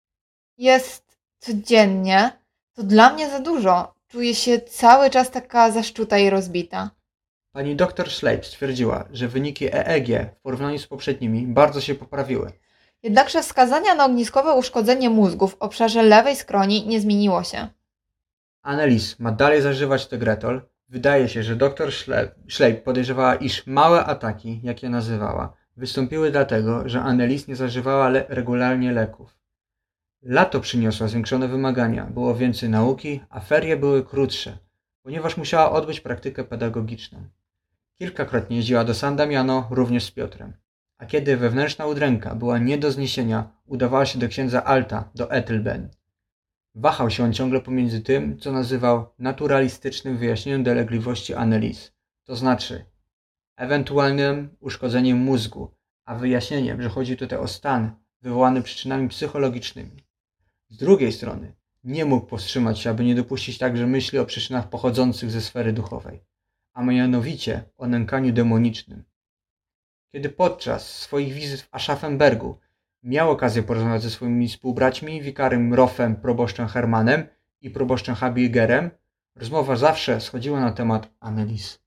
jest codziennie, to dla mnie za dużo. Czuję się cały czas taka zaszczuta i rozbita. Pani doktor Schleip stwierdziła, że wyniki E E G w porównaniu z poprzednimi bardzo się poprawiły. Jednakże wskazania na ogniskowe uszkodzenie mózgu w obszarze lewej skroni nie zmieniło się. Annelies ma dalej zażywać Tegretol. Wydaje się, że doktor Schleip podejrzewała, iż małe ataki, jak je nazywała, wystąpiły dlatego, że Annelies nie zażywała le- regularnie leków. Lato przyniosło zwiększone wymagania, było więcej nauki, a ferie były krótsze, ponieważ musiała odbyć praktykę pedagogiczną. Kilkakrotnie jeździła do San Damiano również z Piotrem, a kiedy wewnętrzna udręka była nie do zniesienia, udawała się do księdza Alta, do Ettelben. Wahał się on ciągle pomiędzy tym, co nazywał naturalistycznym wyjaśnieniem dolegliwości Annelies, to znaczy ewentualnym uszkodzeniem mózgu, a wyjaśnieniem, że chodzi tutaj o stan wywołany przyczynami psychologicznymi. Z drugiej strony nie mógł powstrzymać się, aby nie dopuścić także myśli o przyczynach pochodzących ze sfery duchowej, a mianowicie o nękaniu demonicznym. Kiedy podczas swoich wizyt w Aschaffenbergu miał okazję porozmawiać ze swoimi współbraćmi, wikarym Roffem, proboszczem Hermanem i proboszczem Habigerem, rozmowa zawsze schodziła na temat Annelies.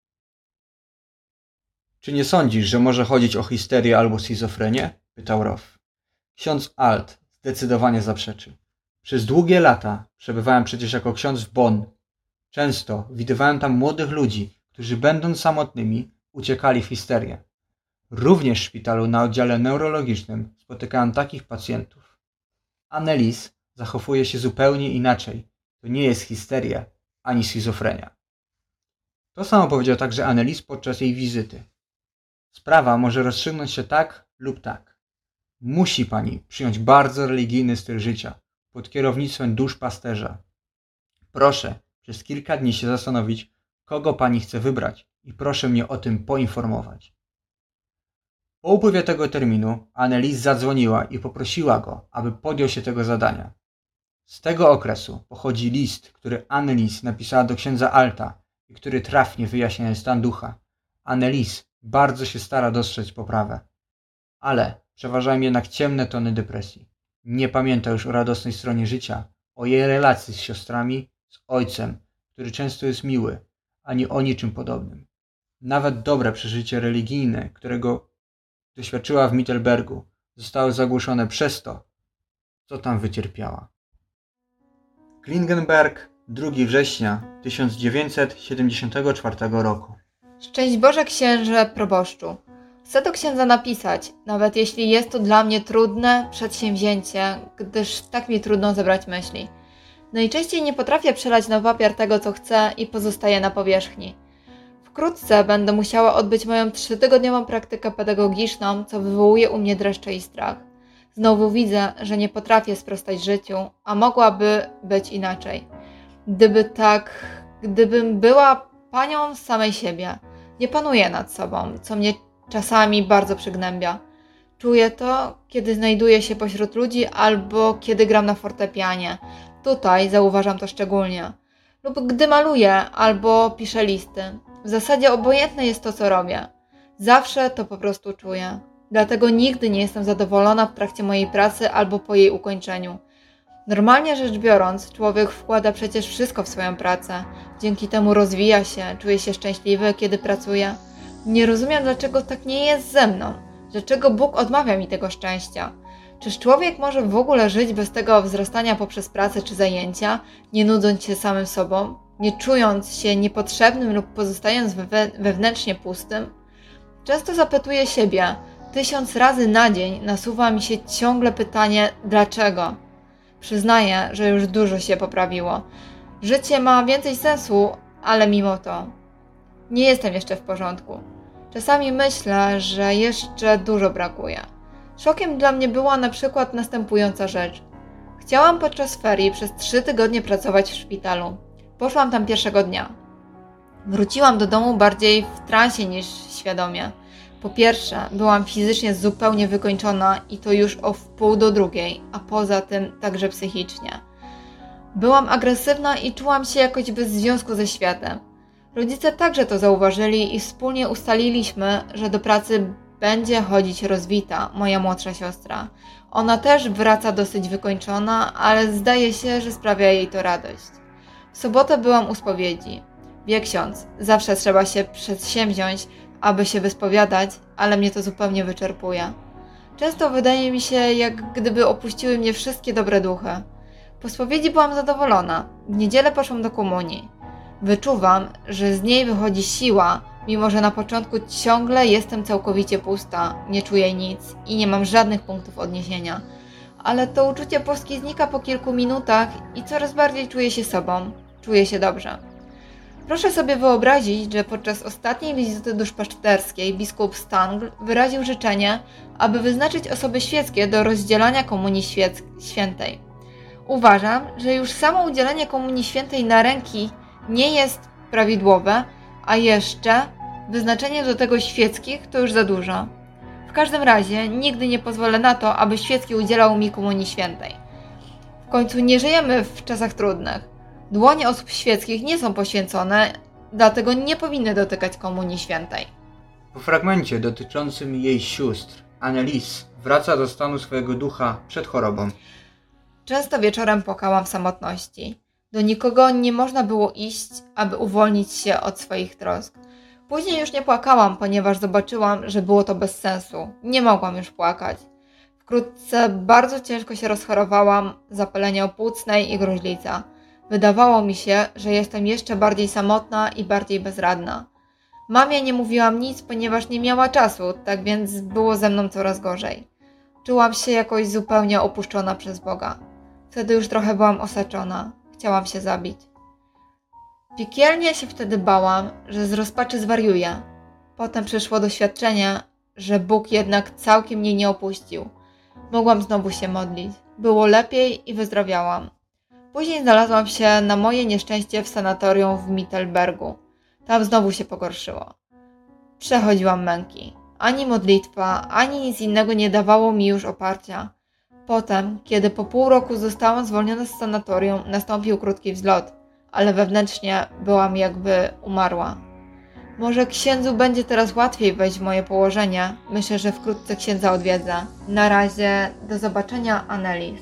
Czy nie sądzisz, że może chodzić o histerię albo schizofrenię? Pytał Roff. Ksiądz Alt zdecydowanie zaprzeczył. Przez długie lata przebywałem przecież jako ksiądz w Bonn. Często widywałem tam młodych ludzi, którzy będąc samotnymi uciekali w histerię. Również w szpitalu na oddziale neurologicznym spotykałem takich pacjentów. Annelies zachowuje się zupełnie inaczej. To nie jest histeria ani schizofrenia. To samo powiedział także Annelies podczas jej wizyty. Sprawa może rozstrzygnąć się tak lub tak. Musi pani przyjąć bardzo religijny styl życia pod kierownictwem duszpasterza. Proszę przez kilka dni się zastanowić, kogo pani chce wybrać i proszę mnie o tym poinformować. Po upływie tego terminu Annelies zadzwoniła i poprosiła go, aby podjął się tego zadania. Z tego okresu pochodzi list, który Annelies napisała do księdza Alta i który trafnie wyjaśnia stan ducha. Annelies bardzo się stara dostrzec poprawę, ale przeważają jednak ciemne tony depresji. Nie pamięta już o radosnej stronie życia, o jej relacji z siostrami, z ojcem, który często jest miły, ani o niczym podobnym. Nawet dobre przeżycie religijne, którego doświadczyła w Mittelbergu, zostały zagłuszone przez to, co tam wycierpiała. Klingenberg, drugiego września tysiąc dziewięćset siedemdziesiątego czwartego roku. Szczęść Boże, księże proboszczu. Chcę do księdza napisać, nawet jeśli jest to dla mnie trudne przedsięwzięcie, gdyż tak mi trudno zebrać myśli. Najczęściej nie potrafię przelać na papier tego, co chcę i pozostaje na powierzchni. Wkrótce będę musiała odbyć moją trzytygodniową praktykę pedagogiczną, co wywołuje u mnie dreszcze i strach. Znowu widzę, że nie potrafię sprostać życiu, a mogłaby być inaczej. Gdyby tak, gdybym była panią samej siebie, nie panuję nad sobą, co mnie czasami bardzo przygnębia. Czuję to, kiedy znajduję się pośród ludzi albo kiedy gram na fortepianie. Tutaj zauważam to szczególnie. Lub gdy maluję albo piszę listy. W zasadzie obojętne jest to, co robię. Zawsze to po prostu czuję. Dlatego nigdy nie jestem zadowolona w trakcie mojej pracy albo po jej ukończeniu. Normalnie rzecz biorąc, człowiek wkłada przecież wszystko w swoją pracę. Dzięki temu rozwija się, czuje się szczęśliwy, kiedy pracuje. Nie rozumiem, dlaczego tak nie jest ze mną. Dlaczego Bóg odmawia mi tego szczęścia? Czyż człowiek może w ogóle żyć bez tego wzrastania poprzez pracę czy zajęcia, nie nudząc się samym sobą, nie czując się niepotrzebnym lub pozostając we- wewnętrznie pustym? Często zapytuję siebie, tysiąc razy na dzień nasuwa mi się ciągle pytanie dlaczego? Przyznaję, że już dużo się poprawiło. Życie ma więcej sensu, ale mimo to nie jestem jeszcze w porządku. Czasami myślę, że jeszcze dużo brakuje. Szokiem dla mnie była na przykład następująca rzecz. Chciałam podczas ferii przez trzy tygodnie pracować w szpitalu. Poszłam tam pierwszego dnia. Wróciłam do domu bardziej w transie niż świadomie. Po pierwsze, byłam fizycznie zupełnie wykończona i to już o wpół do drugiej, a poza tym także psychicznie. Byłam agresywna i czułam się jakoś bez związku ze światem. Rodzice także to zauważyli i wspólnie ustaliliśmy, że do pracy będzie chodzić Rozwita, moja młodsza siostra. Ona też wraca dosyć wykończona, ale zdaje się, że sprawia jej to radość. W sobotę byłam u spowiedzi. Wie ksiądz, zawsze trzeba się przedsięwziąć, aby się wyspowiadać, ale mnie to zupełnie wyczerpuje. Często wydaje mi się, jak gdyby opuściły mnie wszystkie dobre duchy. Po spowiedzi byłam zadowolona. W niedzielę poszłam do komunii. Wyczuwam, że z niej wychodzi siła, mimo że na początku ciągle jestem całkowicie pusta, nie czuję nic i nie mam żadnych punktów odniesienia. Ale to uczucie boski znika po kilku minutach i coraz bardziej czuję się sobą. Czuję się dobrze. Proszę sobie wyobrazić, że podczas ostatniej wizyty duszpasterskiej biskup Stangl wyraził życzenie, aby wyznaczyć osoby świeckie do rozdzielania komunii świec- świętej. Uważam, że już samo udzielenie komunii świętej na ręki nie jest prawidłowe, a jeszcze wyznaczenie do tego świeckich to już za dużo. W każdym razie nigdy nie pozwolę na to, aby świecki udzielał mi komunii świętej. W końcu nie żyjemy w czasach trudnych. Dłonie osób świeckich nie są poświęcone, dlatego nie powinny dotykać komunii świętej. Po fragmencie dotyczącym jej sióstr, Annelies wraca do stanu swojego ducha przed chorobą. Często wieczorem płakałam w samotności. Do nikogo nie można było iść, aby uwolnić się od swoich trosk. Później już nie płakałam, ponieważ zobaczyłam, że było to bez sensu. Nie mogłam już płakać. Wkrótce bardzo ciężko się rozchorowałam, zapalenie opłucnej i gruźlica. Wydawało mi się, że jestem jeszcze bardziej samotna i bardziej bezradna. Mamie nie mówiłam nic, ponieważ nie miała czasu, tak więc było ze mną coraz gorzej. Czułam się jakoś zupełnie opuszczona przez Boga. Wtedy już trochę byłam osaczona. Chciałam się zabić. Piekielnie się wtedy bałam, że z rozpaczy zwariuję. Potem przyszło doświadczenie, że Bóg jednak całkiem mnie nie opuścił. Mogłam znowu się modlić. Było lepiej i wyzdrowiałam. Później znalazłam się na moje nieszczęście w sanatorium w Mittelbergu. Tam znowu się pogorszyło. Przechodziłam męki. Ani modlitwa, ani nic innego nie dawało mi już oparcia. Potem, kiedy po pół roku zostałam zwolniona z sanatorium, nastąpił krótki wzlot, ale wewnętrznie byłam jakby umarła. Może księdzu będzie teraz łatwiej wejść w moje położenie. Myślę, że wkrótce księdza odwiedzę. Na razie, do zobaczenia, Annelies.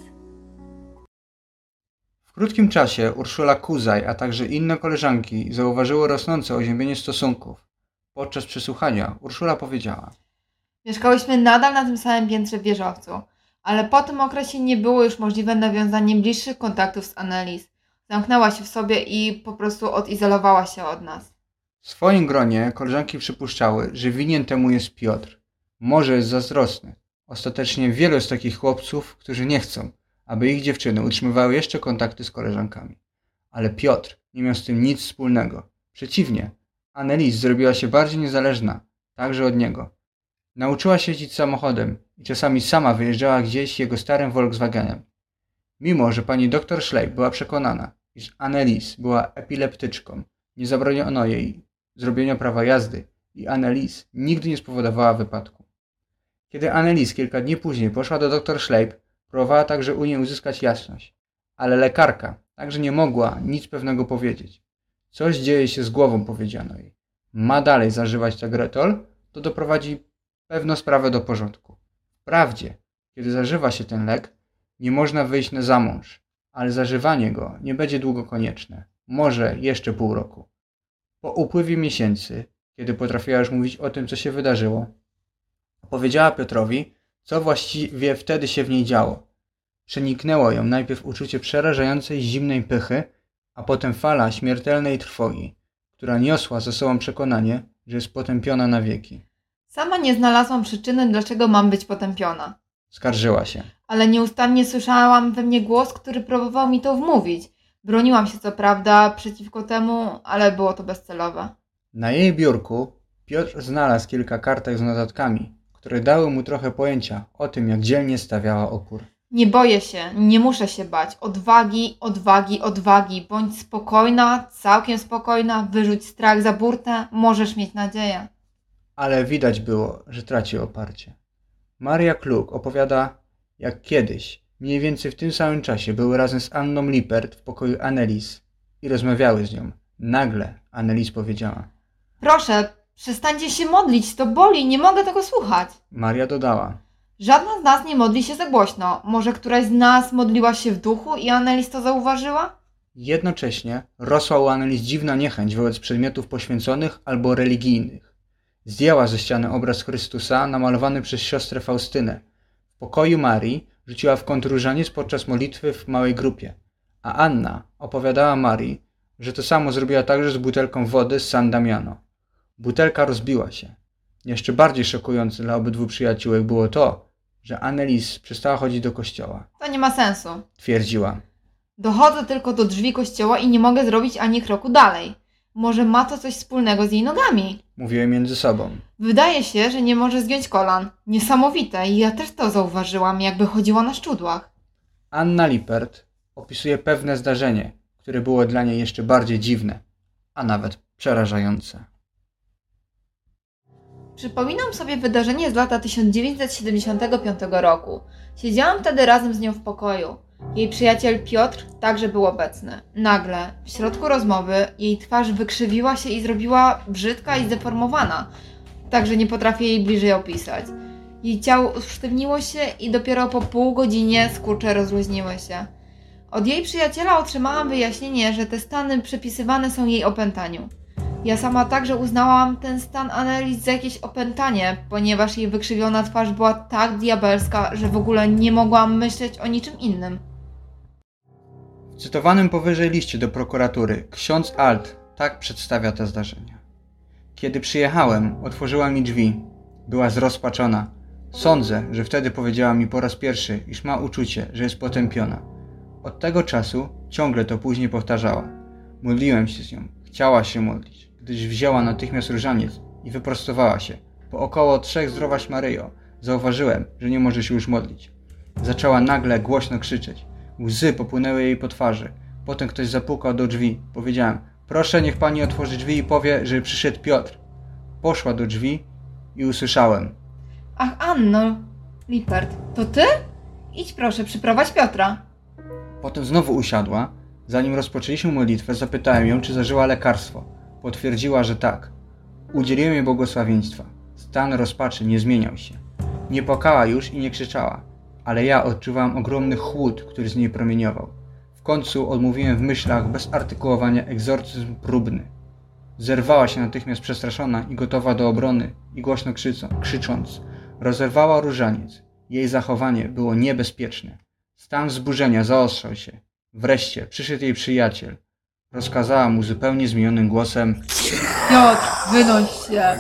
W krótkim czasie Urszula Kuzaj, a także inne koleżanki zauważyły rosnące oziębienie stosunków. Podczas przesłuchania Urszula powiedziała: Mieszkałyśmy nadal na tym samym piętrze w wieżowcu, ale po tym okresie nie było już możliwe nawiązanie bliższych kontaktów z Annelies. Zamknęła się w sobie i po prostu odizolowała się od nas. W swoim gronie koleżanki przypuszczały, że winien temu jest Piotr. Może jest zazdrosny. Ostatecznie wielu jest takich chłopców, którzy nie chcą, aby ich dziewczyny utrzymywały jeszcze kontakty z koleżankami. Ale Piotr nie miał z tym nic wspólnego. Przeciwnie, Annelies zrobiła się bardziej niezależna, także od niego. Nauczyła się jeździć samochodem i czasami sama wyjeżdżała gdzieś jego starym Volkswagenem. Mimo że pani doktor Schleip była przekonana, iż Annelies była epileptyczką, nie zabroniono jej zrobienia prawa jazdy i Annelies nigdy nie spowodowała wypadku. Kiedy Annelies kilka dni później poszła do doktor Schleip, próbowała także u niej uzyskać jasność, ale lekarka także nie mogła nic pewnego powiedzieć. Coś dzieje się z głową, powiedziano jej. Ma dalej zażywać Tegretol, to doprowadzi pewną sprawę do porządku. Wprawdzie, kiedy zażywa się ten lek, nie można wyjść na zamąż, ale zażywanie go nie będzie długo konieczne. Może jeszcze pół roku. Po upływie miesięcy, kiedy potrafiła już mówić o tym, co się wydarzyło, powiedziała Piotrowi, co właściwie wtedy się w niej działo. Przeniknęło ją najpierw uczucie przerażającej zimnej pychy, a potem fala śmiertelnej trwogi, która niosła za sobą przekonanie, że jest potępiona na wieki. Sama nie znalazłam przyczyny, dlaczego mam być potępiona. Skarżyła się. ale nieustannie słyszałam we mnie głos, który próbował mi to wmówić. Broniłam się co prawda przeciwko temu, ale było to bezcelowe. Na jej biurku Piotr znalazł kilka kartek z notatkami, które dały mu trochę pojęcia o tym, jak dzielnie stawiała opór. Nie boję się, nie muszę się bać. Odwagi, odwagi, odwagi. Bądź spokojna, całkiem spokojna, wyrzuć strach za burtę, możesz mieć nadzieję. Ale widać było, że traci oparcie. Maria Klug opowiada, jak kiedyś, mniej więcej w tym samym czasie, były razem z Anną Lippert w pokoju Annelies i rozmawiały z nią. Nagle Annelies powiedziała: Proszę, przestańcie się modlić, to boli, nie mogę tego słuchać. Maria dodała: Żadna z nas nie modli się za głośno. Może któraś z nas modliła się w duchu i Annelies to zauważyła? Jednocześnie rosła u Annelies dziwna niechęć wobec przedmiotów poświęconych albo religijnych. Zdjęła ze ściany obraz Chrystusa namalowany przez siostrę Faustynę. W pokoju Marii rzuciła w kąt różaniec podczas modlitwy w małej grupie, a Anna opowiadała Marii, że to samo zrobiła także z butelką wody z San Damiano. Butelka rozbiła się. Jeszcze bardziej szokujące dla obydwu przyjaciółek było to, że Annelies przestała chodzić do kościoła. To nie ma sensu. Twierdziła: Dochodzę tylko do drzwi kościoła i nie mogę zrobić ani kroku dalej. Może ma to coś wspólnego z jej nogami? Mówiły między sobą. Wydaje się, że nie może zgiąć kolan. Niesamowite i ja też to zauważyłam, jakby chodziła na szczudłach. Anna Lippert opisuje pewne zdarzenie, które było dla niej jeszcze bardziej dziwne, a nawet przerażające. Przypominam sobie wydarzenie z lata tysiąc dziewięćset siedemdziesiątego piątego roku. Siedziałam wtedy razem z nią w pokoju. Jej przyjaciel Piotr także był obecny. Nagle, w środku rozmowy, jej twarz wykrzywiła się i zrobiła brzydka i zdeformowana. Także nie potrafię jej bliżej opisać. Jej ciało usztywniło się i dopiero po pół godzinie skurcze rozluźniły się. Od jej przyjaciela otrzymałam wyjaśnienie, że te stany przypisywane są jej opętaniu. Ja sama także uznałam ten stan Annelies za jakieś opętanie, ponieważ jej wykrzywiona twarz była tak diabelska, że w ogóle nie mogłam myśleć o niczym innym. W cytowanym powyżej liście do prokuratury ksiądz Alt tak przedstawia te zdarzenia. Kiedy przyjechałem, otworzyła mi drzwi. Była zrozpaczona. Sądzę, że wtedy powiedziała mi po raz pierwszy, iż ma uczucie, że jest potępiona. Od tego czasu ciągle to później powtarzała. Modliłem się z nią. Chciała się modlić, gdyż wzięła natychmiast różaniec i wyprostowała się. Po około trzech zdrowaś Maryjo zauważyłem, że nie może się już modlić. Zaczęła nagle głośno krzyczeć. Łzy popłynęły jej po twarzy. Potem ktoś zapukał do drzwi. Powiedziałem: proszę, niech pani otworzy drzwi i powie, że przyszedł Piotr. Poszła do drzwi i usłyszałem: Ach, Anno Lippert, to ty? Idź proszę, przyprowadź Piotra. Potem znowu usiadła. Zanim rozpoczęliśmy modlitwę, zapytałem ją, czy zażyła lekarstwo. Potwierdziła, że tak. Udzieliłem jej błogosławieństwa. Stan rozpaczy nie zmieniał się. Nie płakała już i nie krzyczała, ale ja odczuwałem ogromny chłód, który z niej promieniował. W końcu odmówiłem w myślach bez artykułowania egzorcyzm próbny. Zerwała się natychmiast przestraszona i gotowa do obrony i głośno krzyco, krzycząc rozerwała różaniec. Jej zachowanie było niebezpieczne. Stan wzburzenia zaostrzał się. Wreszcie przyszedł jej przyjaciel. Rozkazała mu zupełnie zmienionym głosem: Piotr, wynoś się.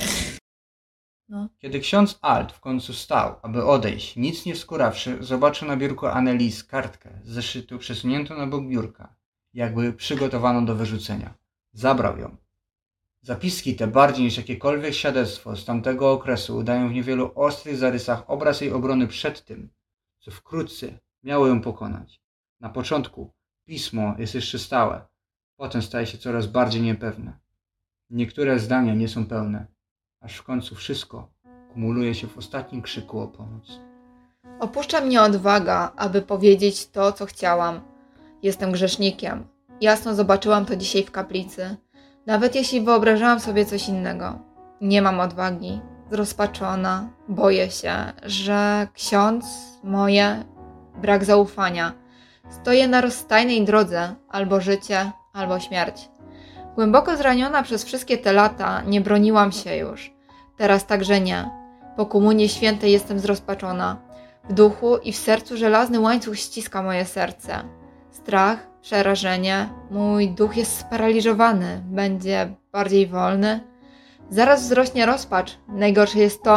No. Kiedy ksiądz Alt w końcu wstał, aby odejść, nic nie wskurawszy, zobaczył na biurku Annelies kartkę z zeszytu przesuniętą na bok biurka, jakby przygotowaną do wyrzucenia. Zabrał ją. Zapiski te bardziej niż jakiekolwiek świadectwo z tamtego okresu udają w niewielu ostrych zarysach obraz jej obrony przed tym, co wkrótce miało ją pokonać. Na początku pismo jest jeszcze stałe, potem staje się coraz bardziej niepewne. Niektóre zdania nie są pełne, aż w końcu wszystko kumuluje się w ostatnim krzyku o pomoc. Opuszcza mnie odwaga, aby powiedzieć to, co chciałam. Jestem grzesznikiem. Jasno zobaczyłam to dzisiaj w kaplicy. Nawet jeśli wyobrażałam sobie coś innego. Nie mam odwagi. Zrozpaczona. Boję się, że ksiądz, moje, brak zaufania. Stoję na rozstajnej drodze, albo życie, albo śmierć. Głęboko zraniona przez wszystkie te lata, nie broniłam się już. Teraz także nie. Po komunii świętej jestem zrozpaczona. W duchu i w sercu żelazny łańcuch ściska moje serce. Strach, przerażenie, mój duch jest sparaliżowany, będzie bardziej wolny. Zaraz wzrośnie rozpacz. Najgorsze jest to,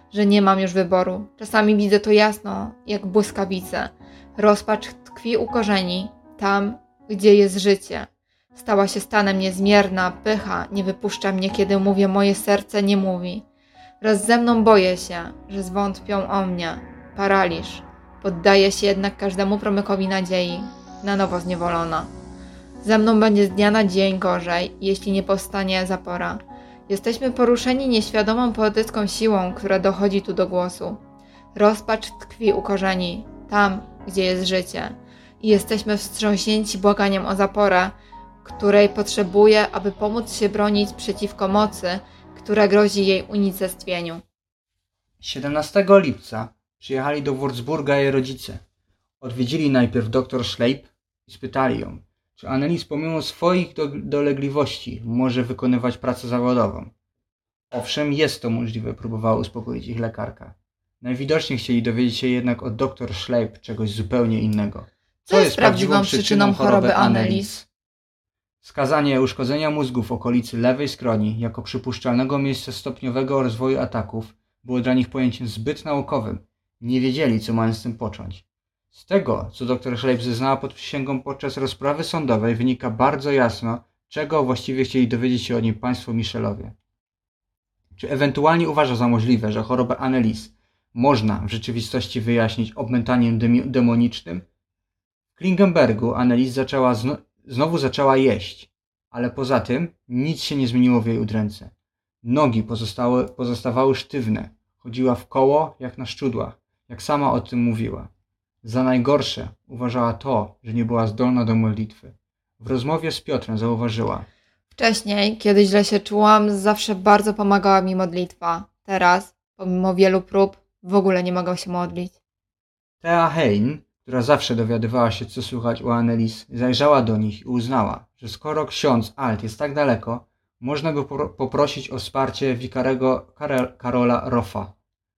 że nie mam już wyboru. Czasami widzę to jasno, jak błyskawice. Rozpacz tkwi u korzeni, tam, gdzie jest życie. Stała się stanem niezmierna, pycha nie wypuszcza mnie, kiedy mówię, moje serce nie mówi. Wraz ze mną boję się, że zwątpią o mnie. Paraliż. Poddaję się jednak każdemu promykowi nadziei, na nowo zniewolona. Ze mną będzie z dnia na dzień gorzej, jeśli nie powstanie zapora. Jesteśmy poruszeni nieświadomą poetycką siłą, która dochodzi tu do głosu. Rozpacz tkwi u korzeni, tam, gdzie jest życie. I jesteśmy wstrząśnięci błaganiem o zaporę, której potrzebuje, aby pomóc się bronić przeciwko mocy, która grozi jej unicestwieniu. siedemnastego lipca przyjechali do Würzburga jej rodzice. Odwiedzili najpierw doktor Schleip i spytali ją, czy Annelies pomimo swoich do- dolegliwości może wykonywać pracę zawodową. Owszem, jest to możliwe, próbowała uspokoić ich lekarka. Najwidoczniej chcieli dowiedzieć się jednak od doktor Schleip czegoś zupełnie innego. Co jest prawdziwą przyczyną choroby Annelies? Wskazanie uszkodzenia mózgu w okolicy lewej skroni jako przypuszczalnego miejsca stopniowego rozwoju ataków było dla nich pojęciem zbyt naukowym. Nie wiedzieli, co mają z tym począć. Z tego, co dr Schleip zeznała pod przysięgą podczas rozprawy sądowej, wynika bardzo jasno, czego właściwie chcieli dowiedzieć się o nim państwo Michelowie. Czy ewentualnie uważa za możliwe, że chorobę Annelies można w rzeczywistości wyjaśnić opętaniem demi- demonicznym? W Klingenbergu Annelies zaczęła zno- znowu zaczęła jeść, ale poza tym nic się nie zmieniło w jej udręce. Nogi pozostały, pozostawały sztywne, chodziła w koło jak na szczudłach, jak sama o tym mówiła. Za najgorsze uważała to, że nie była zdolna do modlitwy. W rozmowie z Piotrem zauważyła: Wcześniej, kiedy źle się czułam, zawsze bardzo pomagała mi modlitwa. Teraz, pomimo wielu prób, w ogóle nie mogę się modlić. Thea Hein, która zawsze dowiadywała się, co słychać u Annelies, zajrzała do nich i uznała, że skoro ksiądz Alt jest tak daleko, można go popro- poprosić o wsparcie wikarego Karel- Karola Roffa.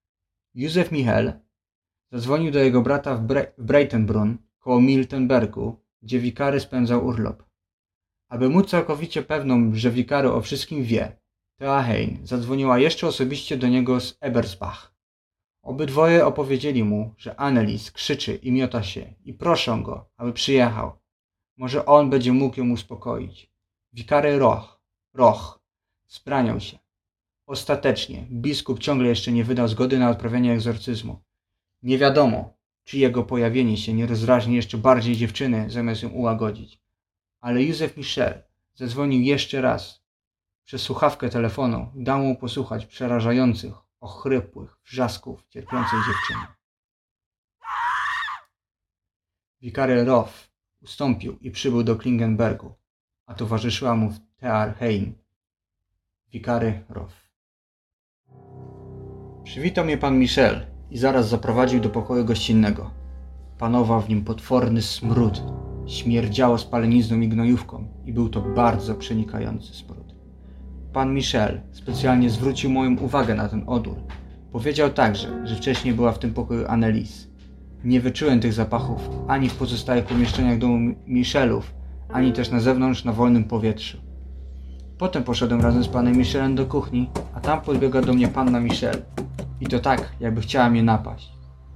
Józef Michel zadzwonił do jego brata w, Bre- w Breitenbrunn koło Miltenbergu, gdzie wikary spędzał urlop. Aby móc całkowicie pewną, że wikary o wszystkim wie, Thea Hein zadzwoniła jeszcze osobiście do niego z Ebersbach. Obydwoje opowiedzieli mu, że Annelies krzyczy i miota się i proszą go, aby przyjechał. Może on będzie mógł ją uspokoić. Wikary Roch, Roch spraniał się. Ostatecznie biskup ciągle jeszcze nie wydał zgody na odprawienie egzorcyzmu. Nie wiadomo, czy jego pojawienie się nie rozdrażni jeszcze bardziej dziewczyny, zamiast ją ułagodzić. Ale Józef Michel zadzwonił jeszcze raz. Przez słuchawkę telefonu dał mu posłuchać przerażających, ochrypłych wrzasków cierpiącej dziewczyny. Wikary Roff ustąpił i przybył do Klingenbergu, a towarzyszyła mu Thea Hein. Wikary Roff. Przywitał mnie pan Michel i zaraz zaprowadził do pokoju gościnnego. Panował w nim potworny smród. Śmierdziało spalenizną i gnojówką i był to bardzo przenikający smród. Pan Michel specjalnie zwrócił moją uwagę na ten odór. Powiedział także, że wcześniej była w tym pokoju Annelies. Nie wyczułem tych zapachów ani w pozostałych pomieszczeniach domu Michelów, ani też na zewnątrz na wolnym powietrzu. Potem poszedłem razem z panem Michelem do kuchni, a tam podbiegła do mnie panna Michel. I to tak, jakby chciała mnie napaść.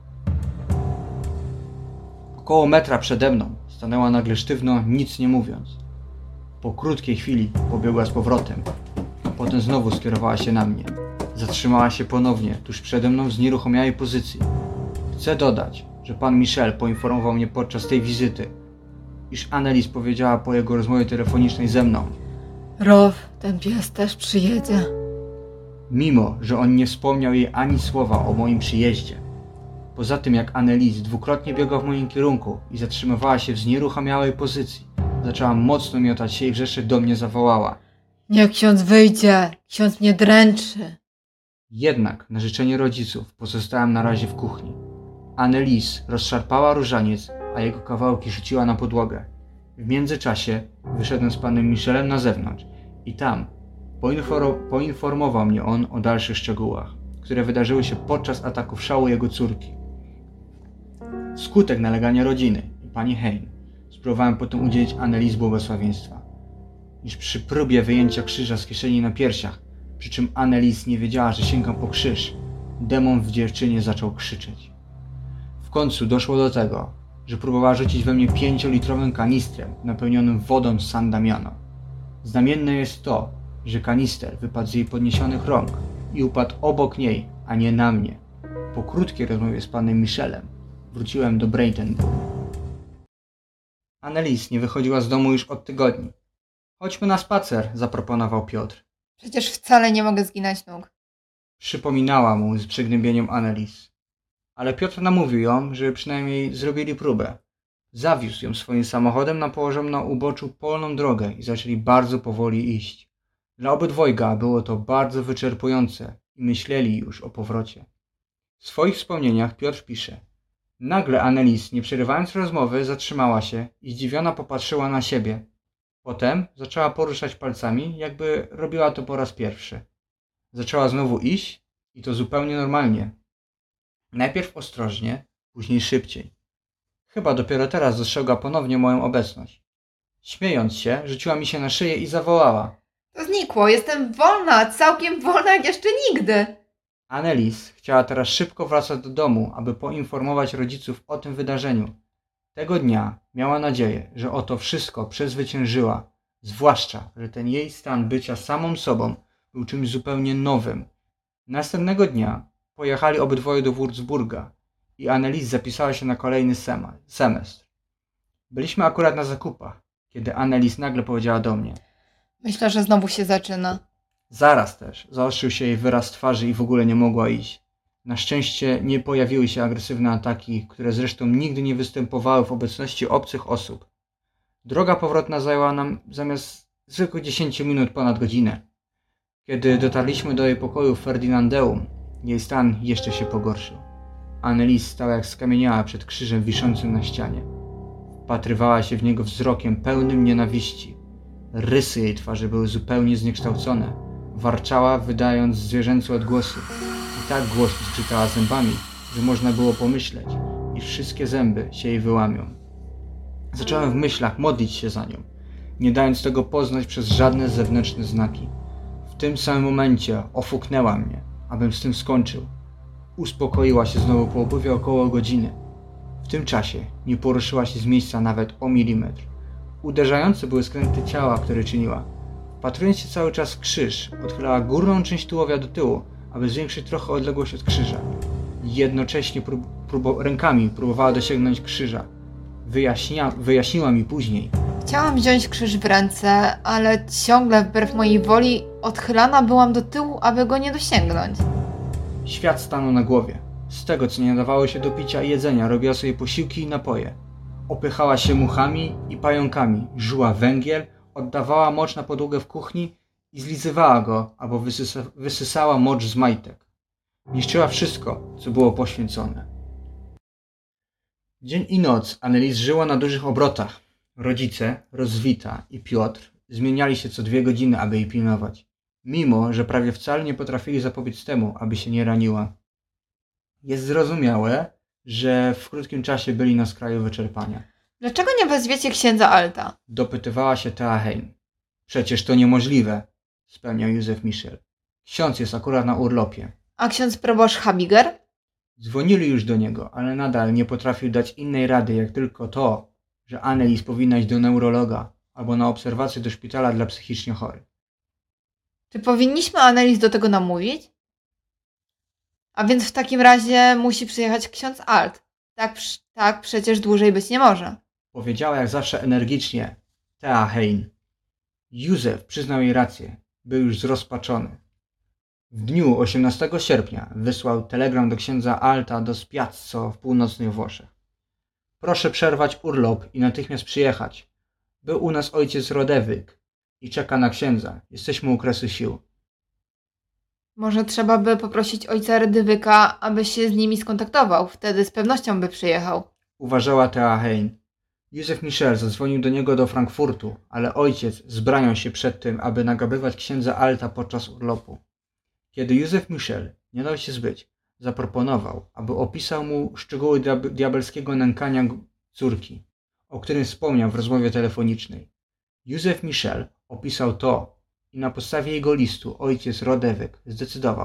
Około metra przede mną stanęła nagle sztywno, nic nie mówiąc. Po krótkiej chwili pobiegła z powrotem, a potem znowu skierowała się na mnie. Zatrzymała się ponownie, tuż przede mną w znieruchomiałej pozycji. Chcę dodać, że pan Michel poinformował mnie podczas tej wizyty, iż Annelies powiedziała po jego rozmowie telefonicznej ze mną: Rof, ten pies też przyjedzie. Mimo, że on nie wspomniał jej ani słowa o moim przyjeździe. Poza tym, jak Annelies dwukrotnie biegła w moim kierunku i zatrzymywała się w znieruchomiałej pozycji, zaczęła mocno miotać się i wreszcie do mnie zawołała: Niech ksiądz wyjdzie, ksiądz mnie dręczy. Jednak na życzenie rodziców pozostałem na razie w kuchni. Annelies rozszarpała różaniec, a jego kawałki rzuciła na podłogę. W międzyczasie wyszedłem z panem Michelem na zewnątrz i tam poinfor- poinformował mnie on o dalszych szczegółach, które wydarzyły się podczas ataków szału jego córki. Wskutek nalegania rodziny i pani Hein spróbowałem potem udzielić Annelies błogosławieństwa. Iż przy próbie wyjęcia krzyża z kieszeni na piersiach, przy czym Annelies nie wiedziała, że sięgam po krzyż, demon w dziewczynie zaczął krzyczeć. W końcu doszło do tego, że próbowała rzucić we mnie pięciolitrowym kanistrem napełnionym wodą z San Damiano. Znamienne jest to, że kanister wypadł z jej podniesionych rąk i upadł obok niej, a nie na mnie. Po krótkiej rozmowie z panem Michelem wróciłem do Bradenton. Annelies nie wychodziła z domu już od tygodni. Chodźmy na spacer, zaproponował Piotr. Przecież wcale nie mogę zginać nóg. Przypominała mu z przygnębieniem Annelies. Ale Piotr namówił ją, żeby przynajmniej zrobili próbę. Zawiózł ją swoim samochodem na położoną na uboczu polną drogę i zaczęli bardzo powoli iść. Dla obydwojga było to bardzo wyczerpujące i myśleli już o powrocie. W swoich wspomnieniach Piotr pisze: nagle Annelies, nie przerywając rozmowy, zatrzymała się i zdziwiona popatrzyła na siebie. Potem zaczęła poruszać palcami, jakby robiła to po raz pierwszy. Zaczęła znowu iść i to zupełnie normalnie. Najpierw ostrożnie, później szybciej. Chyba dopiero teraz dostrzegła ponownie moją obecność. Śmiejąc się, rzuciła mi się na szyję i zawołała: To znikło, jestem wolna, całkiem wolna jak jeszcze nigdy. Annelies chciała teraz szybko wracać do domu, aby poinformować rodziców o tym wydarzeniu. Tego dnia miała nadzieję, że oto wszystko przezwyciężyła, zwłaszcza, że ten jej stan bycia samą sobą był czymś zupełnie nowym. Następnego dnia pojechali obydwoje do Würzburga i Annelies zapisała się na kolejny sema- semestr. Byliśmy akurat na zakupach, kiedy Annelies nagle powiedziała do mnie: Myślę, że znowu się zaczyna. Zaraz też zaostrzył się jej wyraz twarzy i w ogóle nie mogła iść. Na szczęście nie pojawiły się agresywne ataki, które zresztą nigdy nie występowały w obecności obcych osób. Droga powrotna zajęła nam zamiast zwykłych dziesięciu minut ponad godzinę. Kiedy dotarliśmy do jej pokoju w Ferdinandeum, jej stan jeszcze się pogorszył. Annelies stała jak skamieniała przed krzyżem wiszącym na ścianie. Wpatrywała się w niego wzrokiem pełnym nienawiści. Rysy jej twarzy były zupełnie zniekształcone. Warczała, wydając zwierzęce odgłosy. I tak głośno skrzytała zębami, że można było pomyśleć, iż wszystkie zęby się jej wyłamią. Zacząłem w myślach modlić się za nią, nie dając tego poznać przez żadne zewnętrzne znaki. W tym samym momencie ofuknęła mnie, abym z tym skończył. Uspokoiła się znowu po upływie około godziny. W tym czasie nie poruszyła się z miejsca nawet o milimetr. Uderzające były skręty ciała, które czyniła. Wpatrując się cały czas w krzyż, odchylała górną część tułowia do tyłu, aby zwiększyć trochę odległość od krzyża. Jednocześnie prób próbo rękami próbowała dosięgnąć krzyża. Wyjaśnia wyjaśniła mi później. Chciałam wziąć krzyż w ręce, ale ciągle wbrew mojej woli odchylana byłam do tyłu, aby go nie dosięgnąć. Świat stanął na głowie. Z tego, co nie nadawało się do picia i jedzenia, robiła sobie posiłki i napoje. Opychała się muchami i pająkami, żuła węgiel, oddawała mocz na podłogę w kuchni i zlizywała go, albo wysysa wysysała mocz z majtek. Niszczyła wszystko, co było poświęcone. Dzień i noc Annelies żyła na dużych obrotach. Rodzice, Rozwita i Piotr zmieniali się co dwie godziny, aby jej pilnować. Mimo, że prawie wcale nie potrafili zapobiec temu, aby się nie raniła. Jest zrozumiałe, że w krótkim czasie byli na skraju wyczerpania. Dlaczego nie wezwiecie księdza Alta? Dopytywała się Thea Hein. Przecież to niemożliwe, spełniał Józef Michel. Ksiądz jest akurat na urlopie. A ksiądz proboszcz Habiger? Dzwonili już do niego, ale nadal nie potrafił dać innej rady, jak tylko to, że Annelies powinna iść do neurologa albo na obserwację do szpitala dla psychicznie chorych. Czy powinniśmy Annelies do tego namówić? A więc w takim razie musi przyjechać ksiądz Alt. Tak, tak przecież dłużej być nie może. Powiedziała jak zawsze energicznie Thea Hein. Józef przyznał jej rację. Był już zrozpaczony. W dniu osiemnastego sierpnia wysłał telegram do księdza Alta do Spiazzo w północnych Włoszech. Proszę przerwać urlop i natychmiast przyjechać. Był u nas ojciec Rodewyk i czeka na księdza. Jesteśmy u kresu sił. Może trzeba by poprosić ojca Rodewyka, aby się z nimi skontaktował. Wtedy z pewnością by przyjechał. Uważała Thea Hein. Józef Michel zadzwonił do niego do Frankfurtu, ale ojciec zbraniał się przed tym, aby nagabywać księdza Alta podczas urlopu. Kiedy Józef Michel nie dał się zbyć, zaproponował, aby opisał mu szczegóły diab diabelskiego nękania córki, o którym wspomniał w rozmowie telefonicznej. Józef Michel opisał to i na podstawie jego listu ojciec Rodewyk zdecydował,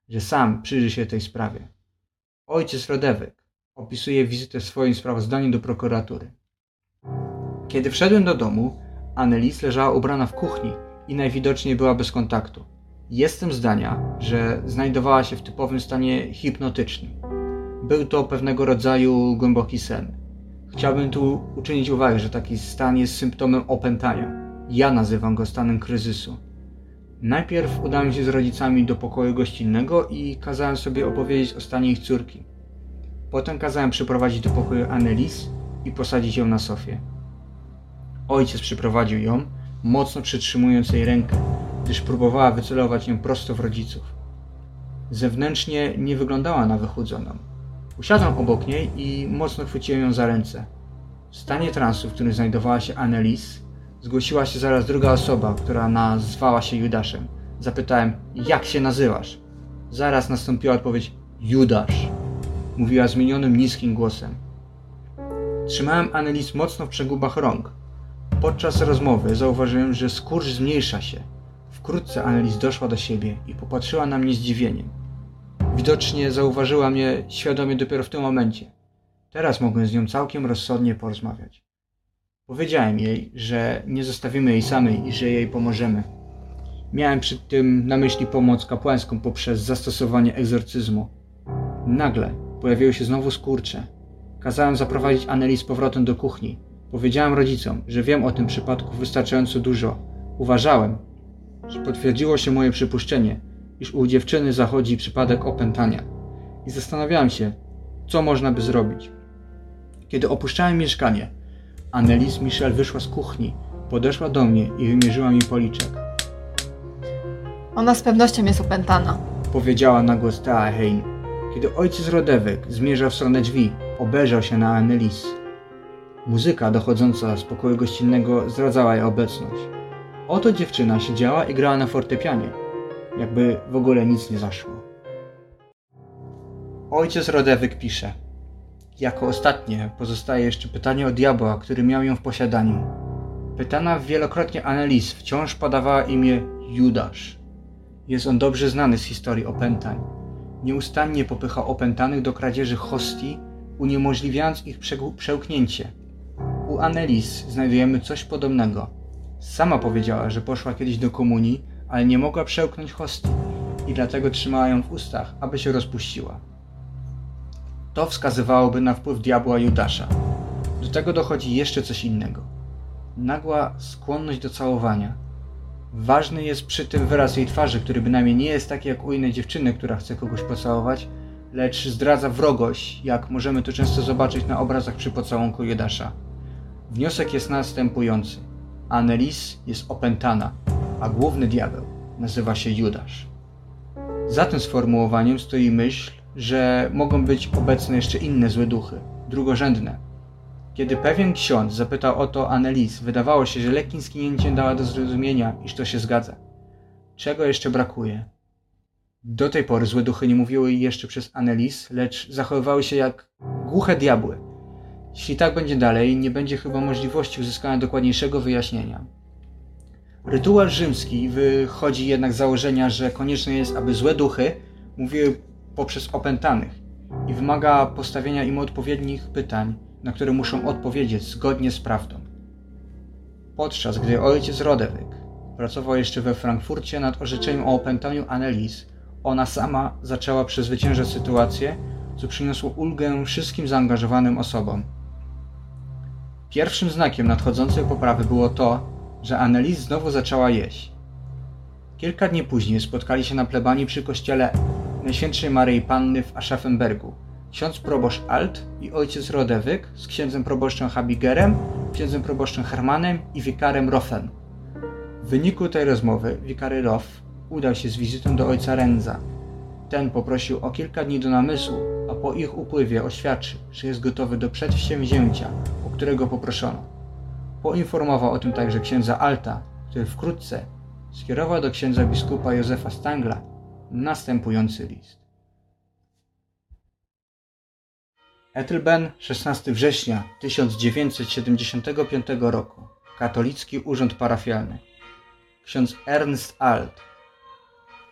że sam przyjrzy się tej sprawie. Ojciec Rodewek opisuje wizytę w swoim sprawozdaniu do prokuratury. Kiedy wszedłem do domu, Annelies leżała ubrana w kuchni i najwidoczniej była bez kontaktu. Jestem zdania, że znajdowała się w typowym stanie hipnotycznym. Był to pewnego rodzaju głęboki sen. Chciałbym tu uczynić uwagę, że taki stan jest symptomem opętania. Ja nazywam go stanem kryzysu. Najpierw udałem się z rodzicami do pokoju gościnnego i kazałem sobie opowiedzieć o stanie ich córki. Potem kazałem przyprowadzić do pokoju Annelies i posadzić ją na sofie. Ojciec przyprowadził ją, mocno przytrzymując jej rękę, gdyż próbowała wycelować ją prosto w rodziców. Zewnętrznie nie wyglądała na wychudzoną. Usiadłem obok niej i mocno chwyciłem ją za ręce. W stanie transu, w którym znajdowała się Annelies, zgłosiła się zaraz druga osoba, która nazwała się Judaszem. Zapytałem, jak się nazywasz? Zaraz nastąpiła odpowiedź, Judasz. Mówiła zmienionym, niskim głosem. Trzymałem Annelies mocno w przegubach rąk. Podczas rozmowy zauważyłem, że skurcz zmniejsza się. Wkrótce Annelies doszła do siebie i popatrzyła na mnie z zdziwieniem. Widocznie zauważyła mnie świadomie dopiero w tym momencie. Teraz mogłem z nią całkiem rozsądnie porozmawiać. Powiedziałem jej, że nie zostawimy jej samej i że jej pomożemy. Miałem przy tym na myśli pomoc kapłańską poprzez zastosowanie egzorcyzmu. Nagle pojawiły się znowu skurcze. Kazałem zaprowadzić Annelies z powrotem do kuchni. Powiedziałem rodzicom, że wiem o tym przypadku wystarczająco dużo. Uważałem, że potwierdziło się moje przypuszczenie, iż u dziewczyny zachodzi przypadek opętania. I zastanawiałem się, co można by zrobić. Kiedy opuszczałem mieszkanie, Annelies Michel wyszła z kuchni, podeszła do mnie i wymierzyła mi policzek. Ona z pewnością jest opętana. Powiedziała na głos Thea Hein. Kiedy ojciec Rodewek zmierzał w stronę drzwi, obejrzał się na Annelies. Muzyka dochodząca z pokoju gościnnego zdradzała jej obecność. Oto dziewczyna siedziała i grała na fortepianie, jakby w ogóle nic nie zaszło. Ojciec Rodewek pisze. Jako ostatnie pozostaje jeszcze pytanie o diabła, który miał ją w posiadaniu. Pytana wielokrotnie Annelies wciąż podawała imię Judasz. Jest on dobrze znany z historii opętań. Nieustannie popychał opętanych do kradzieży hostii, uniemożliwiając ich przełknięcie. U Annelies znajdujemy coś podobnego. Sama powiedziała, że poszła kiedyś do komunii, ale nie mogła przełknąć hostii i dlatego trzymała ją w ustach, aby się rozpuściła. To wskazywałoby na wpływ diabła Judasza. Do tego dochodzi jeszcze coś innego. Nagła skłonność do całowania. Ważny jest przy tym wyraz jej twarzy, który bynajmniej nie jest taki jak u innej dziewczyny, która chce kogoś pocałować, lecz zdradza wrogość, jak możemy to często zobaczyć na obrazach przy pocałunku Judasza. Wniosek jest następujący. Annelies jest opętana, a główny diabeł nazywa się Judasz. Za tym sformułowaniem stoi myśl, że mogą być obecne jeszcze inne złe duchy, drugorzędne. Kiedy pewien ksiądz zapytał o to Annelies, wydawało się, że lekkim skinięciem dała do zrozumienia, iż to się zgadza. Czego jeszcze brakuje? Do tej pory złe duchy nie mówiły jej jeszcze przez Annelies, lecz zachowywały się jak głuche diabły. Jeśli tak będzie dalej, nie będzie chyba możliwości uzyskania dokładniejszego wyjaśnienia. Rytuał rzymski wychodzi jednak z założenia, że konieczne jest, aby złe duchy mówiły poprzez opętanych i wymaga postawienia im odpowiednich pytań, na które muszą odpowiedzieć zgodnie z prawdą. Podczas gdy ojciec Rodewek pracował jeszcze we Frankfurcie nad orzeczeniem o opętaniu Annelies, ona sama zaczęła przezwyciężać sytuację, co przyniosło ulgę wszystkim zaangażowanym osobom. Pierwszym znakiem nadchodzącej poprawy było to, że Annelies znowu zaczęła jeść. Kilka dni później spotkali się na plebanii przy kościele Najświętszej Maryi Panny w Aschaffenbergu ksiądz proboszcz Alt i ojciec Rodewek z księdzem proboszczem Habigerem, księdzem proboszczem Hermanem i wikarem Roffen. W wyniku tej rozmowy wikary Roff udał się z wizytą do ojca Renza. Ten poprosił o kilka dni do namysłu, a po ich upływie oświadczył, że jest gotowy do przedsięwzięcia, o którego poproszono. Poinformował o tym także księdza Alta, który wkrótce skierował do księdza biskupa Józefa Stangla następujący list. Ettelben, szesnastego września tysiąc dziewięćset siedemdziesiątego piątego roku. Katolicki Urząd Parafialny. Ksiądz Ernst Alt.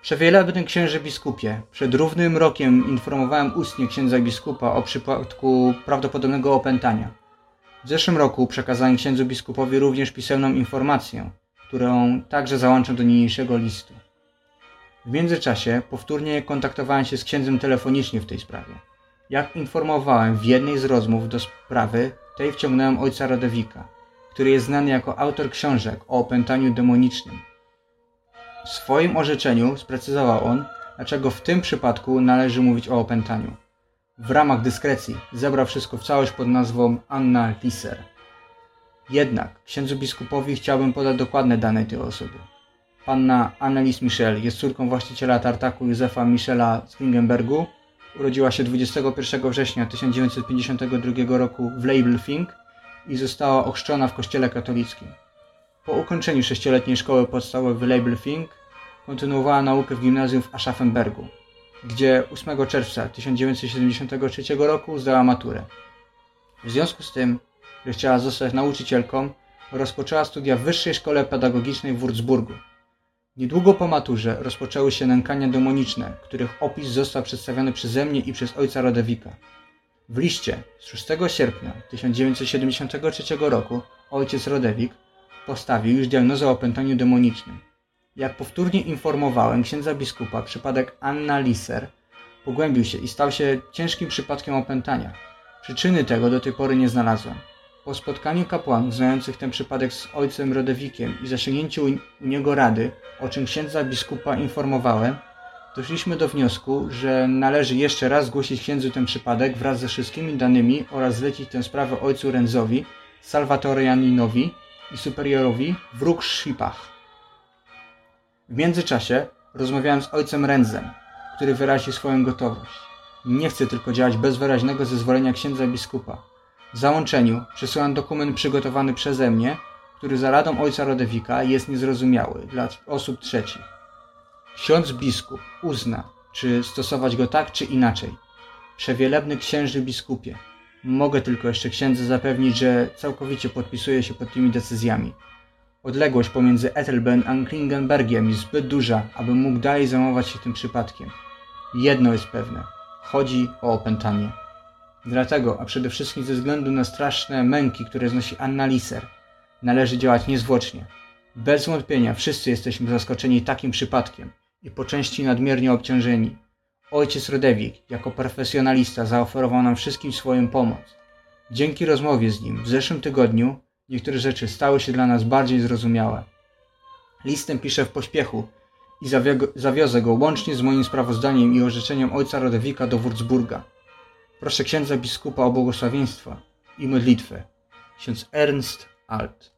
Przewielebny księże biskupie, przed równym rokiem informowałem ustnie księdza biskupa o przypadku prawdopodobnego opętania. W zeszłym roku przekazałem księdzu biskupowi również pisemną informację, którą także załączam do niniejszego listu. W międzyczasie powtórnie kontaktowałem się z księdzem telefonicznie w tej sprawie. Jak informowałem w jednej z rozmów do sprawy tej wciągnąłem ojca Rodewika, który jest znany jako autor książek o opętaniu demonicznym. W swoim orzeczeniu sprecyzował on, dlaczego w tym przypadku należy mówić o opętaniu. W ramach dyskrecji zebrał wszystko w całość pod nazwą Anna Lisser. Jednak księdzu biskupowi chciałbym podać dokładne dane tej osoby. Panna Annelies Michel jest córką właściciela tartaku Józefa Michela z Klingenbergu. Urodziła się dwudziestego pierwszego września tysiąc dziewięćset pięćdziesiątego drugiego roku w Leibelfing i została ochrzczona w kościele katolickim. Po ukończeniu sześcioletniej szkoły podstawowej w Leibelfing kontynuowała naukę w gimnazjum w Aschaffenbergu, gdzie ósmego czerwca tysiąc dziewięćset siedemdziesiątego trzeciego roku zdała maturę. W związku z tym, że chciała zostać nauczycielką, rozpoczęła studia w Wyższej Szkole Pedagogicznej w Würzburgu. Niedługo po maturze rozpoczęły się nękania demoniczne, których opis został przedstawiony przeze mnie i przez ojca Rodewika. W liście z szóstego sierpnia tysiąc dziewięćset siedemdziesiątego trzeciego roku ojciec Rodewik postawił już diagnozę o opętaniu demonicznym. Jak powtórnie informowałem księdza biskupa, przypadek Anna Lisser pogłębił się i stał się ciężkim przypadkiem opętania. Przyczyny tego do tej pory nie znalazłem. Po spotkaniu kapłanów znających ten przypadek z ojcem Rodewikiem i zasięgnięciu u niego rady, o czym księdza biskupa informowałem, doszliśmy do wniosku, że należy jeszcze raz zgłosić księdzu ten przypadek wraz ze wszystkimi danymi oraz zlecić tę sprawę ojcu Renzowi, Salvatorianinowi i superiorowi w Ruckschipach. W międzyczasie rozmawiałem z ojcem Renzem, który wyraził swoją gotowość. Nie chce tylko działać bez wyraźnego zezwolenia księdza biskupa. W załączeniu przesyłam dokument przygotowany przeze mnie, który za radą ojca Rodewika jest niezrozumiały dla osób trzecich. Ksiądz biskup uzna, czy stosować go tak, czy inaczej. Przewielebny księży biskupie, mogę tylko jeszcze księdza zapewnić, że całkowicie podpisuję się pod tymi decyzjami. Odległość pomiędzy Ettelben a Klingenbergiem jest zbyt duża, aby mógł dalej zajmować się tym przypadkiem. Jedno jest pewne. Chodzi o opętanie. Dlatego, a przede wszystkim ze względu na straszne męki, które znosi Anna Lisser, należy działać niezwłocznie. Bez wątpienia wszyscy jesteśmy zaskoczeni takim przypadkiem i po części nadmiernie obciążeni. Ojciec Rodewik, jako profesjonalista, zaoferował nam wszystkim swoją pomoc. Dzięki rozmowie z nim w zeszłym tygodniu niektóre rzeczy stały się dla nas bardziej zrozumiałe. Listem piszę w pośpiechu i zawi- zawiozę go łącznie z moim sprawozdaniem i orzeczeniem ojca Rodewika do Würzburga. Proszę księdza biskupa o błogosławieństwo i modlitwę. Ksiądz Ernst Alt.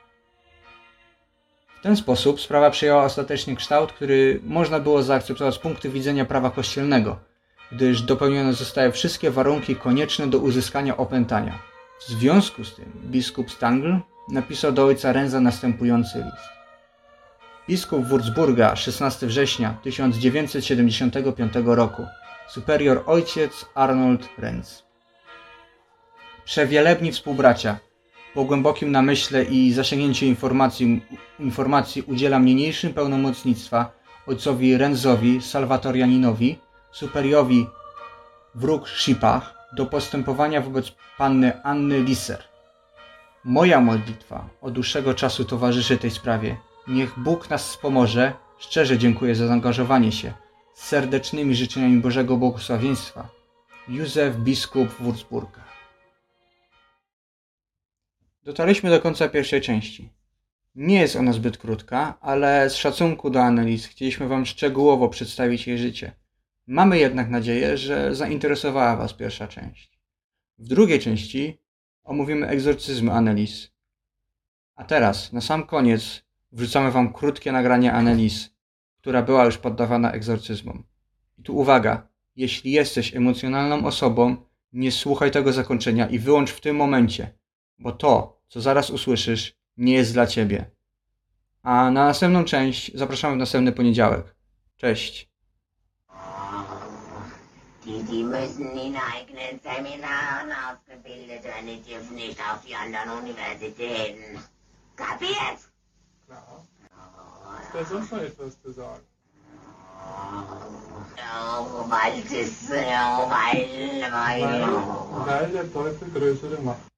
W ten sposób sprawa przyjęła ostatecznie kształt, który można było zaakceptować z punktu widzenia prawa kościelnego, gdyż dopełnione zostały wszystkie warunki konieczne do uzyskania opętania. W związku z tym biskup Stangl napisał do ojca Renza następujący list. Biskup Würzburga, szesnastego września tysiąc dziewięćset siedemdziesiątego piątego roku. Superior ojciec Arnold Renz. Przewielebni współbracia, po głębokim namyśle i zasięgnięciu informacji, informacji udzielam niniejszym pełnomocnictwa ojcowi Renzowi Salvatorianinowi, superiorowi w Ruckschipach do postępowania wobec panny Anny Lisser. Moja modlitwa od dłuższego czasu towarzyszy tej sprawie. Niech Bóg nas wspomoże. Szczerze dziękuję za zaangażowanie się. Z serdecznymi życzeniami Bożego błogosławieństwa. Józef, biskup Würzburga. Dotarliśmy do końca pierwszej części. Nie jest ona zbyt krótka, ale z szacunku do Annelies chcieliśmy Wam szczegółowo przedstawić jej życie. Mamy jednak nadzieję, że zainteresowała Was pierwsza część. W drugiej części omówimy egzorcyzmy Annelies. A teraz, na sam koniec, wrzucamy Wam krótkie nagranie Annelies, która była już poddawana egzorcyzmom. I tu uwaga, jeśli jesteś emocjonalną osobą, nie słuchaj tego zakończenia i wyłącz w tym momencie, bo to, co zaraz usłyszysz, nie jest dla Ciebie. A na następną część zapraszamy w następny poniedziałek. Cześć! Die, die müssen in eigenen Seminaren ausgebildet werden, die dürfen nicht auf die anderen Universitäten. Kapiert? Klar. Ist da sonst noch etwas zu sagen? Oh, weil das so, weil, weil. Weil der Teufel größere Macht